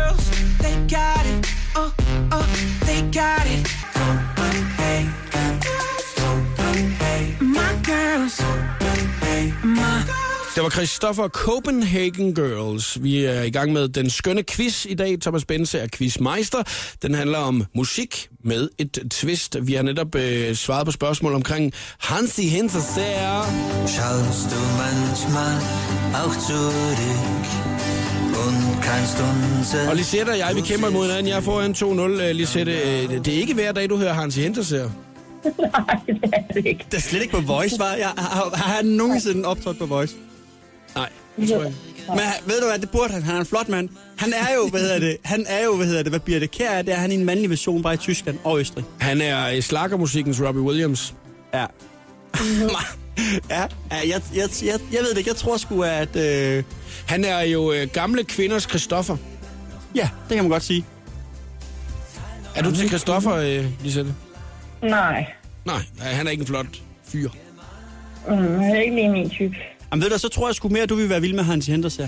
Det var Christoffer Copenhagen Girls. Vi er i gang med den skønne quiz i dag. Thomas Bense er quizmeister. Den handler om musik med et twist. Vi har netop svaret på spørgsmål omkring Hansi Hinterseer. Schaust du manchmal auch zurück und kannst uns... Og Lisette og jeg, vi kæmper imod hinanden. Jeg får en 2-0, Lisette. Det er ikke hver dag, du hører Hansi Hinterseer. Nej, det er det ikke. Det er slet ikke på Voice, var. Har han nogensinde optrådt på Voice? Nej, det tror jeg ikke. Men ved du hvad, det burde han. Han er en flot mand. Han er jo, hvad Birte Kjær er, det er han i en mandlig version bare i Tyskland og Østrig. Han er slaggermusikkens Robbie Williams. Ja. Jeg ved det ikke. Jeg tror sgu, at... Han er jo gamle kvinders Christoffer. Ja, det kan man godt sige. Er du til Christoffer, Lisette? Nej. Nej, han er ikke en flot fyr. Han er ikke lige min type. Jamen ved du, så tror jeg sgu mere, at du vil være vild med Hansi Hinterseer.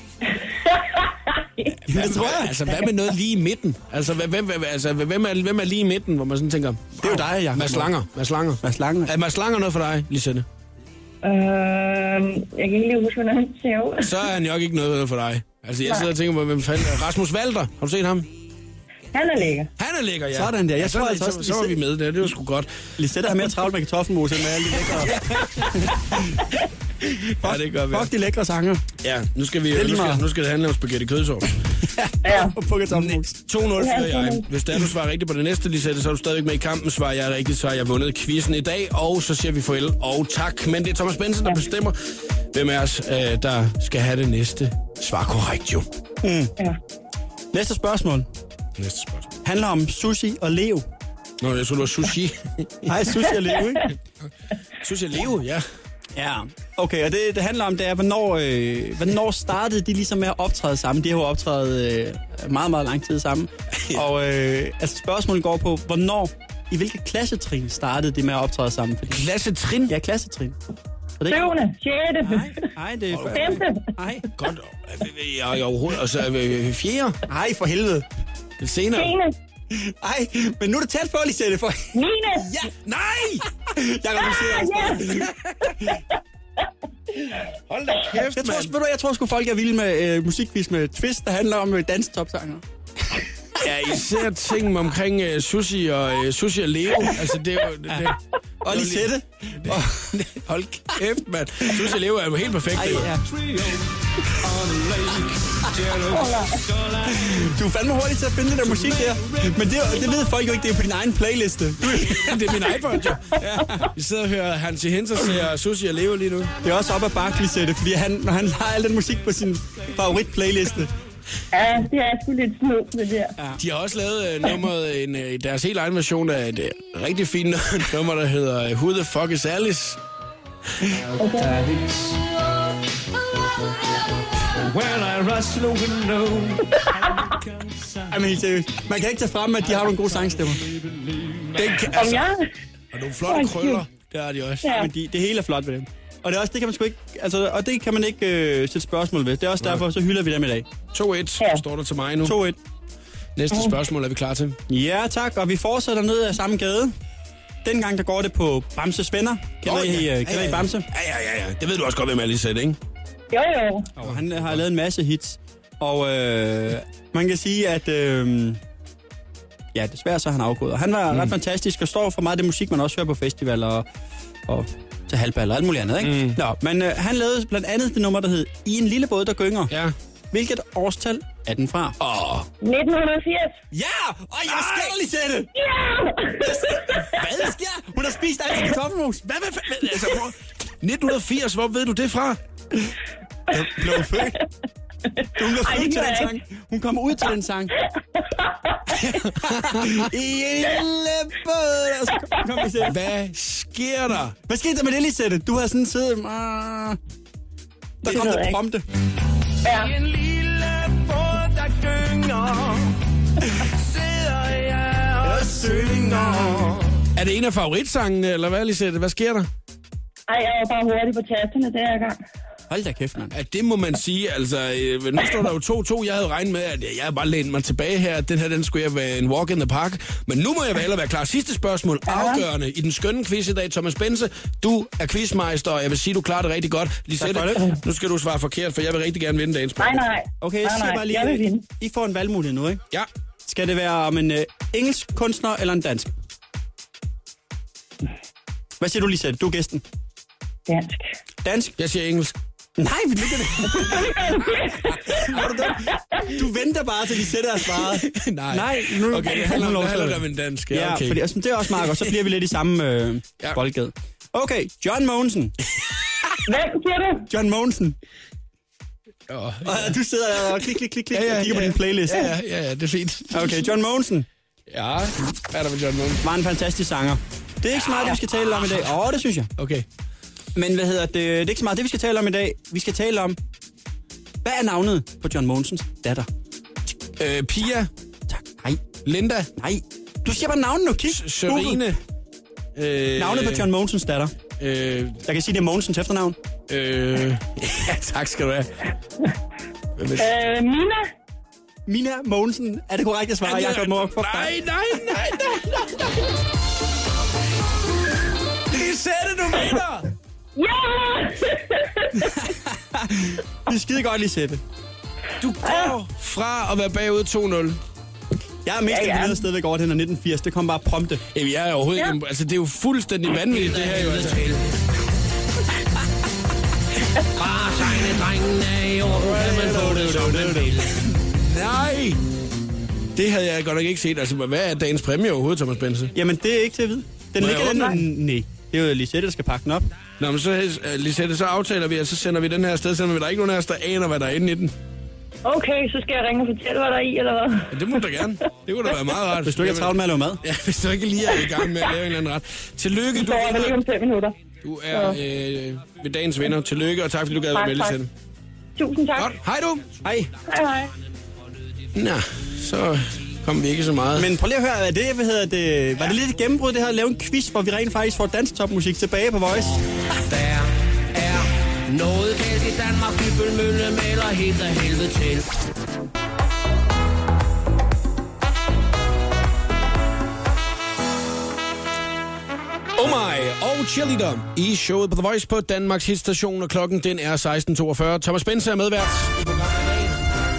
Det tror jeg. Altså, hvad med noget lige i midten? Altså, hvem er lige i midten, hvor man sådan tænker... Det er jo dig, Jacob. Mads Langer. Er Mads Langer noget for dig, Lisette? Jeg kan ikke lige huske, hvordan han ser ud. Så er han jo ikke noget for dig. Altså, jeg sidder og tænker på, hvem fanden... Rasmus Walter, har du set ham? Han er lækker. Han er lækker, ja. Sådan der. Jeg tror altså også, så var vi med der. Det var sgu godt. Lisette har mere travlt med kartoffelmos end med alle de lækre. Ja, det gør vi. Fuck de lækre sanger. Ja, nu skal det handle om spaghetti kødsovs. Ja. På kartoffelmos. 2-0 fører jeg. Hvis der du svarer rigtigt på det næste, Lisette, så er du stadigvæk med i kampen. Svarer jeg rigtigt, så har jeg vundet quizzen i dag. Og så siger vi farvel og tak. Men det er Thomas Benson, der bestemmer, hvem af os, der skal have det næste svar korrekt, jo. Ja. Næste spørgsmål handler om sushi og Leo. Nå, jeg tror, det var sushi. Nej, sushi og Leo, ikke? Sushi og Leo, ja. Ja, okay, og det handler om, det er, hvornår startede de ligesom med at optræde sammen? De har jo optrædet meget, meget lang tid sammen. Ja. Og altså spørgsmålet går på, i hvilket klassetrin startede de med at optræde sammen? Fordi... Klassetrin? Ja, klassetrin. 7. 6. Nej, det er... 5. Nej. Godt. Jeg overhovedet... Og så 4. Nej, for helvede. Lidt senere. 10. Ej, men nu er det tæt på, Lisette. 9. Ja, nej! Jeg kan Hold Hold da kæft, jeg tror sgu folk er vilde med musikquiz med twist, der handler om dansetopsanger. Ja, især ting omkring Sushi og Leo. Altså, det er jo... Og Lisette. Hold kæft, mand. Sushi og Leo er jo helt perfekt. Ja. Du er fandme hurtig til at finde det der musik der. Men det ved folk jo ikke, det er på din egen playliste. Det er min iPod, jo. Ja. Vi sidder og hører Hansi Hinters og Sushi og Leo lige nu. Det er også op ad bakke, Lisette, fordi når han har al den musik på sin favorit-playliste. Ja, det er sgu lidt smukt, det der. Ja. De har også lavet nummeret, deres helt egen version af et rigtig fint nummer, der hedder Who the Fuck is Alice? Okay. Jamen helt seriøst. Man kan ikke tage frem, at de har nogle gode sangstemmer. Og nogle flotte krøller, der er de også. Ja. Men det hele er flot ved dem. Og det er også, det kan man sgu ikke, altså, og det kan man ikke sætte spørgsmål ved. Det er også derfor, så hylder vi dem i dag. 2-1 står der til mig nu. 2-1. Næste spørgsmål er vi klar til. Ja, tak. Og vi fortsætter ned ad samme gade. Dengang, der går det på Bamses venner. Kender I Bamse? Ja. Det ved du også godt, hvem er lige sæt, ikke? Jo. Og han har lavet en masse hits. Og man kan sige, at... ja, desværre så er han afgået. Og han var ret fantastisk og står for meget af det musik, man også hører på festivaler og til halvballer og alt muligt andet, ikke? Nå, men han lavede blandt andet det nummer, der hed I en lille båd, der gynger. Ja. Hvilket årstal er den fra? 1980. Ja! Jeg skal lige sætte det! Ja! Hvad sker? Hun har spist alt til kartoffelmos. Hvad? Altså, 1980, hvor ved du det fra? Jeg blev født. Hun blev født til den sang. Hun kom ud til den sang. I en lille båd. Og så kom vi til. Hvad sker der? Hvad skete der med det, Lisette? Du har sådan siddet... Der kom der prompte. Ja. En lille båd, der gynger, sidder jeg og synger. Er det en af favoritsangene, eller hvad, Lisette? Hvad sker der? Ej, jeg var bare hurtig på tasterne der i gang. Hold da kæft, mand. Ja, det må man sige. Altså, nu står der jo 2-2. Jeg havde regnet med, at jeg havde bare lænet mig tilbage her. Den skulle jeg være en walk in the park. Men nu må jeg vel være klar. Sidste spørgsmål. Afgørende i den skønne quiz i dag. Thomas Bense, du er quizmeister, og jeg vil sige, du klarer det rigtig godt. Lisette, nu skal du svare forkert, for jeg vil rigtig gerne vinde dagens spørgsmål. Nej. Okay, jeg siger bare lige, jeg vil vinde. I får en valgmulighed nu, ikke? Ja. Skal det være om en engelsk kunstner eller en dansk? Hvad siger du, Lisette? Du er gæsten. Dansk. Dansk? Jeg siger engelsk. Nej, men det kan det. Du venter bare til de sætter og svaret. Nej, nu okay, det handler om en dansk. Ja, okay. Fordi, altså, det er også meget godt. Så bliver vi lidt i samme boldgade. Okay, John Mogensen. Hvad siger du? John Mogensen. Ja. Og du sidder og klik og kigger på din playlist. Ja, det er fint. Okay, John Mogensen. Ja, hvad er der med John Mogensen? Var en fantastisk sanger. Det er ikke så meget, det vi skal tale om i dag. Det synes jeg. Okay. Men det er ikke så meget det, vi skal tale om i dag. Vi skal tale om, hvad er navnet på John Mogensens datter? Pia. Tak. Nej. Linda. Nej. Du siger bare navnet nu. Kig. Sørine. Navnet på John Mogensens datter. Jeg kan sige, det er Mogensens efternavn. Ja, tak skal du have. Mina Mogensen. Er det korrekt at svare? Jakob Mork? Nej. Lisette, du vinder! Ja! Det er skide godt, Lisette. Du går fra at være bagud 2-0. Jeg er mest imponeret stadigvæk over den her 1980. Det kom bare prompte. Jamen, jeg er overhovedet ikke... Altså, det er jo fuldstændig vanvittigt, det her jo. Altså. Bare tegne drengene i orden, kan man få det, som man vil. Nej! Det havde jeg godt nok ikke set. Altså, hvad er dagens præmie overhovedet, Thomas Bense? Jamen, det er ikke til at vide. Den ligger den... Nej. Det er jo Lisette, der skal pakke den op. Nå, men så, Lisette, så aftaler vi, at så sender vi den her afsted, selvom der er ikke nogen af os, der aner, hvad der er inde i den. Okay, så skal jeg ringe og fortælle, hvad der er i, eller hvad? Ja, det må du da gerne. Det kunne da være meget rart. Hvis du ikke er travlt med at lave mad. Ja, hvis du ikke lige er i gang med at lave en eller anden ret. Tillykke, du er lige om 5 minutter. Du er ved dagens vinder. Tillykke, og tak fordi du gad være med, Lisette. Tusind tak. Godt. Hej du. Hej. Hej. Nå, så kom vi ikke så meget. Men prøv lige at høre, var det lidt et gennembrud, det her at lave en quiz, hvor vi rent faktisk får dansetopmusik tilbage på Voice? Der er noget galt i Danmark, Bybelmølle maler helt af helvede til. Oh My og Cheerleader i showet på The Voice på Danmarks hitstation, og klokken den er 16.42. Thomas Bense er medvært i programmet i dag.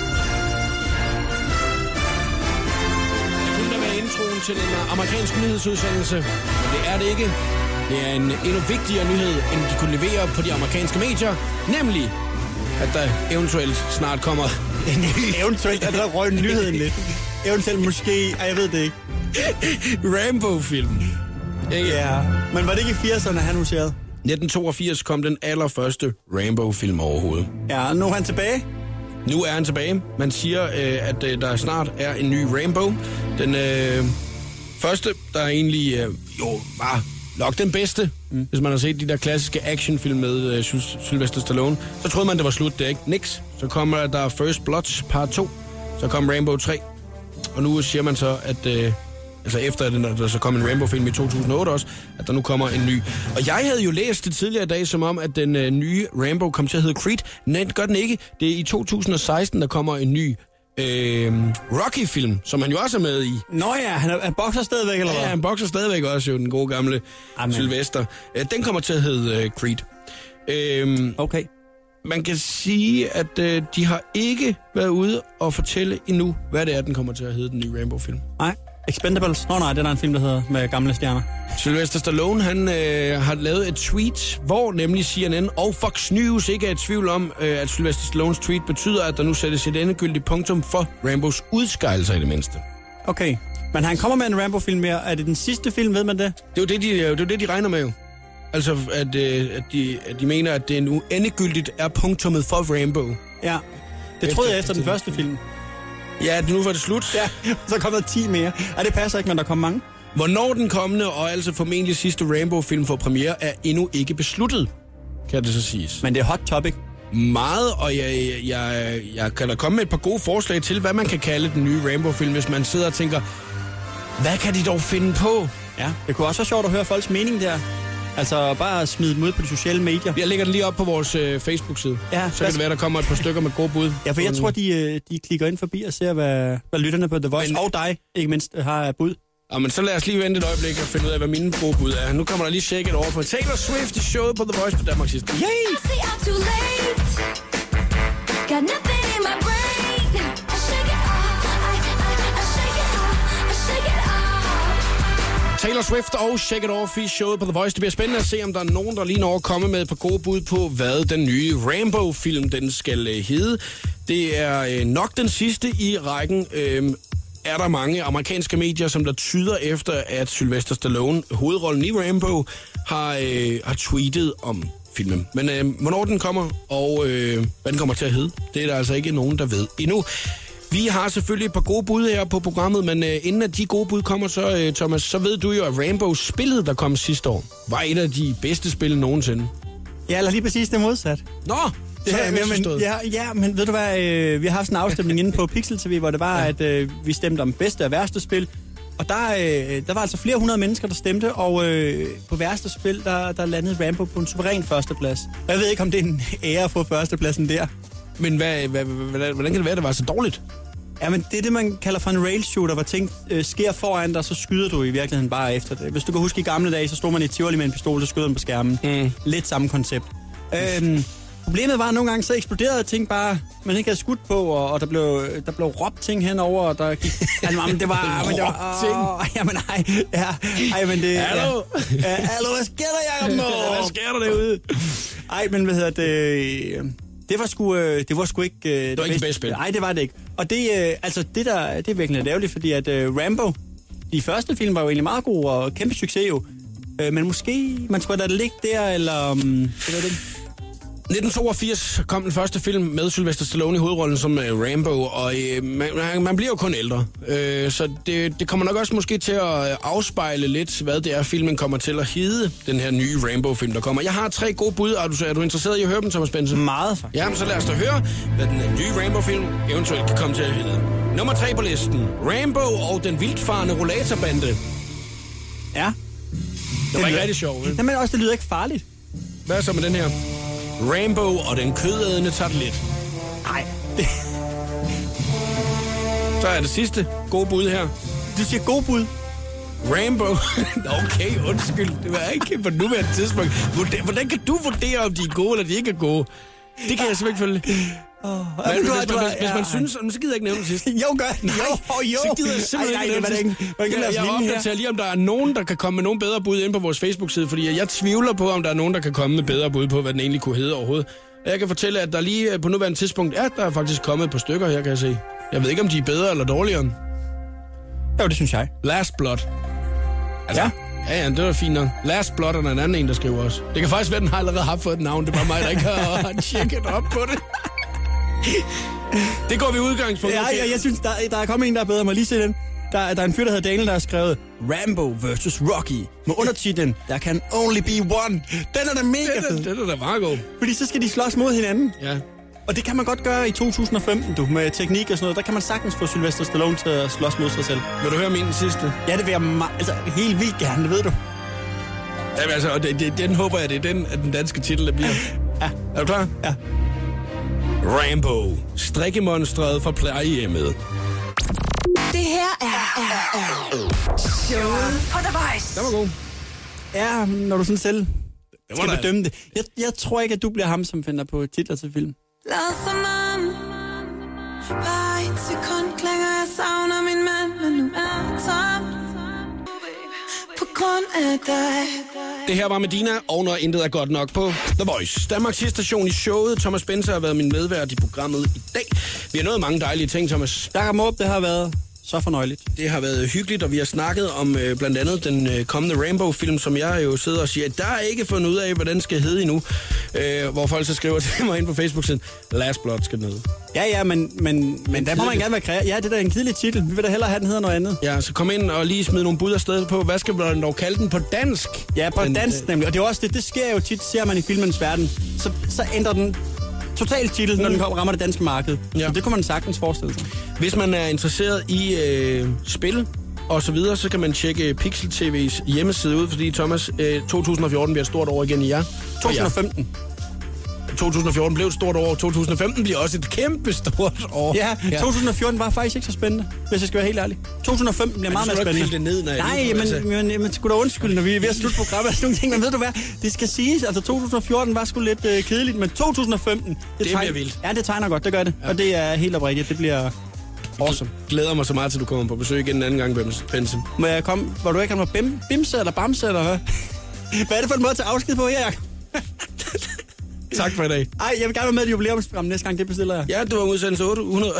Det kunne da være introen til en amerikansk nyhedsudsendelse, men det er det ikke. Det er en endnu vigtigere nyhed, end de kunne levere på de amerikanske medier, nemlig at der eventuelt snart kommer en ny... Eventuelt er der røg nyheden lidt. Eventuelt måske, jeg ved det ikke. Rambo-film. Ikke? Ja, men var det ikke i 80'erne, han huserede? 1982 kom den allerførste Rambo-film overhovedet. Ja, nu er han tilbage. Nu er han tilbage. Man siger, at der snart er en ny Rambo. Den første, der egentlig var nok den bedste. Hvis man har set de der klassiske actionfilm med Sylvester Stallone, så troede man, det var slut. Det er ikke niks. Så kommer der First Blood part 2. Så kom Rambo 3. Og nu siger man så, at... altså efter at der så kom en Rambo-film i 2008 også, at der nu kommer en ny. Og jeg havde jo læst det tidligere i dag, som om, at den nye Rambo kom til at hedde Creed. Nej, det gør den ikke. Det er i 2016, der kommer en ny Rocky-film, som han jo også er med i. Nå ja, han bokser stadigvæk, eller hvad? Ja, han bokser stadigvæk også, jo, den gode gamle Sylvester. Den kommer til at hedde Creed. Okay. Man kan sige, at de har ikke været ude og fortælle endnu, hvad det er, den kommer til at hedde, den nye Rambo-film. Nej. Expendables? Nej, det er en film, der hedder med gamle stjerner. Sylvester Stallone, han har lavet et tweet, hvor nemlig CNN og Fox News ikke er i tvivl om, at Sylvester Stallones tweet betyder, at der nu sættes et endegyldigt punktum for Rambos udskejelser i det mindste. Okay, men han kommer med en Rambo-film mere. Er det den sidste film, ved man det? Det er jo det, de regner med jo. Altså, at de mener, at det nu endegyldigt er punktummet for Rambo. Ja, det troede jeg efter den første film. Ja, nu var det slut. Ja, så kommer der 10 mere. Ja, det passer ikke, men der kommer mange. Hvornår den kommende, og altså formentlig sidste Rambo-film får premiere, er endnu ikke besluttet, kan det så siges. Men det er hot topic. Meget, og jeg kan da komme med et par gode forslag til, hvad man kan kalde den nye Rambo-film, hvis man sidder og tænker, hvad kan de dog finde på? Ja, det kunne også være sjovt at høre folks mening der. Altså bare smide dem ud på de sociale medier. Jeg lægger den lige op på vores Facebook-side. Ja, så kan det være, der kommer et par stykker med gode bud. Ja, for jeg tror, de klikker ind forbi og ser, hvad lytterne på The Voice og dig, ikke mindst, har bud. Ja, men så lad os lige vente et øjeblik og finde ud af, hvad mine gode bud er. Nu kommer der lige Shake It over for Taylor Swift i showet på The Voice på Danmarks sidste. Yay! Got nothing in my brain. I shake it off. I shake it off. I shake it off. Taylor Swift og Shake It Off i showet på The Voice. Det bliver spændende at se, om der er nogen, der lige når at komme med et par gode bud på, hvad den nye Rambo-film den skal hedde. Det er nok den sidste i rækken. Er der mange amerikanske medier, som der tyder efter, at Sylvester Stallone, hovedrollen i Rambo, har tweetet om filmen. Men hvornår den kommer, og hvad den kommer til at hedde, det er der altså ikke nogen, der ved endnu. Vi har selvfølgelig et par gode bud her på programmet, men inden at de gode bud kommer, så Thomas, så ved du jo, at Rambo-spillet, der kom sidste år, var et af de bedste spil nogensinde. Ja, eller lige præcis det modsat. Nå! Det her, men ved du hvad, vi har haft sådan en afstemning inde på Pixel TV, hvor det var, at vi stemte om bedste og værste spil. Og der var altså flere hundrede mennesker, der stemte, og på værste spil, der landede Rambo på en suveræn førsteplads. Og jeg ved ikke, om det er en ære at få førstepladsen der. Men hvordan kan det være, at det var så dårligt? Ja, men det er det, man kalder for en rail shooter, hvor ting sker foran dig, så skyder du i virkeligheden bare efter det. Hvis du kan huske i gamle dage, så stod man i Tivoli med en pistol, så skød den på skærmen. Lidt samme koncept. Problemet var, at nogle gange så eksploderede ting bare, man ikke havde skudt på, og der blev råbt ting henover, og der gik... Altså, men det var... Jamen nej, men det... Hallo? Ja, hallo, hvad sker der, Jacob? Hvad sker der derude? Ej, men hvad hedder det... Det var sgu ikke... det var ikke det bedste spil. Nej, det var det ikke. Og det er virkelig ærgerligt, fordi at Rambo, de første film var jo egentlig meget gode og kæmpe succes jo. Men måske man skulle da ligge der, eller... det var det. 1982 kom den første film med Sylvester Stallone i hovedrollen som Rambo, og man bliver jo kun ældre. Så det kommer nok også måske til at afspejle lidt, hvad det er, filmen kommer til at hedde, den her nye Rambo-film, der kommer. Jeg har 3 gode bud, og er du interesseret i at høre dem, Thomas Bense? Meget, faktisk. Jamen, så lad os da høre, hvad den nye Rambo-film eventuelt kan komme til at hedde. Nummer 3 på listen. Rambo og den vildtfarende rollatorbande. Ja. Det var ikke rigtig sjovt, vel? Jamen også, det lyder ikke farligt. Hvad så med den her? Rambo og den kødædende tartelet. Nej. Så er det sidste gode bud her. Du siger gode bud? Rainbow. Okay, undskyld. Det var ikke på nuværende tidspunkt. Hvordan kan du vurdere, om de er gode, eller de ikke er gode? Det kan jeg simpelthen ikke følge. Hvis man synes, så gider jeg ikke nævne det sidst. Jo, gør det. Jo. Så gider jeg simpelthen ikke nævne det sidst. Jeg opdaterer lige, om der er nogen, der kan komme med nogle bedre bud ind på vores Facebook-side, fordi jeg tvivler på, om der er nogen, der kan komme med bedre bud på, hvad den egentlig kunne hedde overhovedet. Jeg kan fortælle, at der lige på nuværende tidspunkt der er faktisk kommet et par stykker her, kan jeg se. Jeg ved ikke, om de er bedre eller dårligere. Jo, det synes jeg. Last Blood. Altså, ja, det var fint nok. Last Blood er en anden en, der skriver også. Det kan faktisk være, at den har allerede haft fået et navn. Det er bare mig, der ikke har tjekket op på det. Det går vi udgangspunkt. Ja, jeg synes, der er kommet en, der er bedre. Må lige se den. Der er en fyr, der hedder Daniel, der har skrevet Rambo vs. Rocky med undertitlen Der can only be one. Den er da mega fed. Den er da meget god. Fordi så skal de slås mod hinanden. Ja. Og det kan man godt gøre i 2015, med teknik og sådan noget. Der kan man sagtens få Sylvester Stallone til at slås mod sig selv. Vil du høre min sidste? Ja, det vil jeg helt vildt gerne, det ved du. Jamen altså, den håber jeg, det er den, at den danske titel bliver. Ja. Er du klar? Ja. Rambo. Strikkemonstret fra plejehjemmet. Det her er showet på The Voice. Den var god. Ja, når du sådan selv skal bedømme det. Jeg tror ikke, at du bliver ham, som finder på titler til film. Lad som om bare et sekund klænger jeg savner min mand, men nu er tom på grund af dig. Det her var Medina, og når intet er godt nok på The Voice. Danmarks station i showet. Thomas Spencer har været min medvært i programmet i dag. Vi har nået mange dejlige ting, Thomas. Jakob Måb, det har været så fornøjeligt. Det har været hyggeligt, og vi har snakket om blandt andet den kommende Rainbow-film, som jeg jo sidder og siger, at der er ikke fundet ud af, hvordan den skal hedde endnu. Hvor folk så skriver til mig ind på Facebook-siden, Last Blood skal den hedde. Ja, men der må man gerne være kreativ. Ja, det der er en kedelig titel. Vi vil da hellere have, den hedder noget andet. Ja, så kom ind og lige smid nogle bud afsted på, hvad skal man dog kalde den på dansk? Ja, på dansk nemlig. Og det er også det sker jo tit, ser man i filmens verden. Så ændrer den total titel, når den rammer det danske marked. Ja. Så det kunne man sagtens forestille sig. Hvis man er interesseret i spil og så videre, så kan man tjekke Pixel TV's hjemmeside ud, fordi Thomas, 2014 bliver et stort år igen i jer. 2015. 2014 blev et stort år, 2015 bliver også et kæmpe stort år. Ja, 2014 var faktisk ikke så spændende, hvis jeg skal være helt ærlig. 2015 bliver meget mere spændende. Det ned, Nej, men skulle da undskylde, når vi er ved at slutte programmet. Sådan nogle ting, men ved du hvad, det skal siges, altså 2014 var sgu lidt kedeligt, men 2015... Det bliver vildt. Ja, det tegner godt, det gør det. Ja. Og det er helt oprigtigt, det bliver awesome. Glæder mig så meget til, du kommer på besøg igen en anden gang, Benson. Må jeg komme, hvor du ikke har noget bimse eller bamse, eller hvad? Hvad er det for en måde at tage afsked på her, Jakob? Tak for i dag. Ej, jeg vil gerne være med i jubilæumsprogram næste gang, det bestiller jeg. Ja, det var udsendelse 800.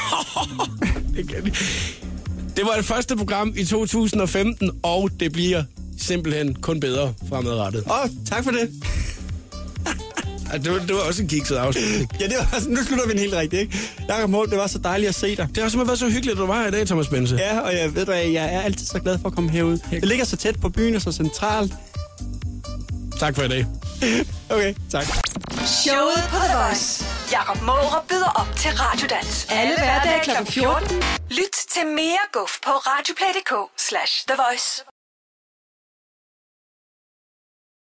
Det var det første program i 2015, og det bliver simpelthen kun bedre fremadrettet. Tak for det. Det var også en kikset afslutning. Ja, det var, nu slutter vi en helt rigtig, ikke? Jakob Mål, det var så dejligt at se dig. Det har simpelthen været så hyggeligt, at du var her i dag, Thomas Spencer. Ja, og jeg ved jeg er altid så glad for at komme herud. Det ligger så tæt på byen og så centralt. Tak for i dag. Okay, tak. Showet på The Voice. Jakob Mårup byder op til Radiodans. Alle hverdage kl. 14. Lyt til mere guf på radioplay.dk/The Voice.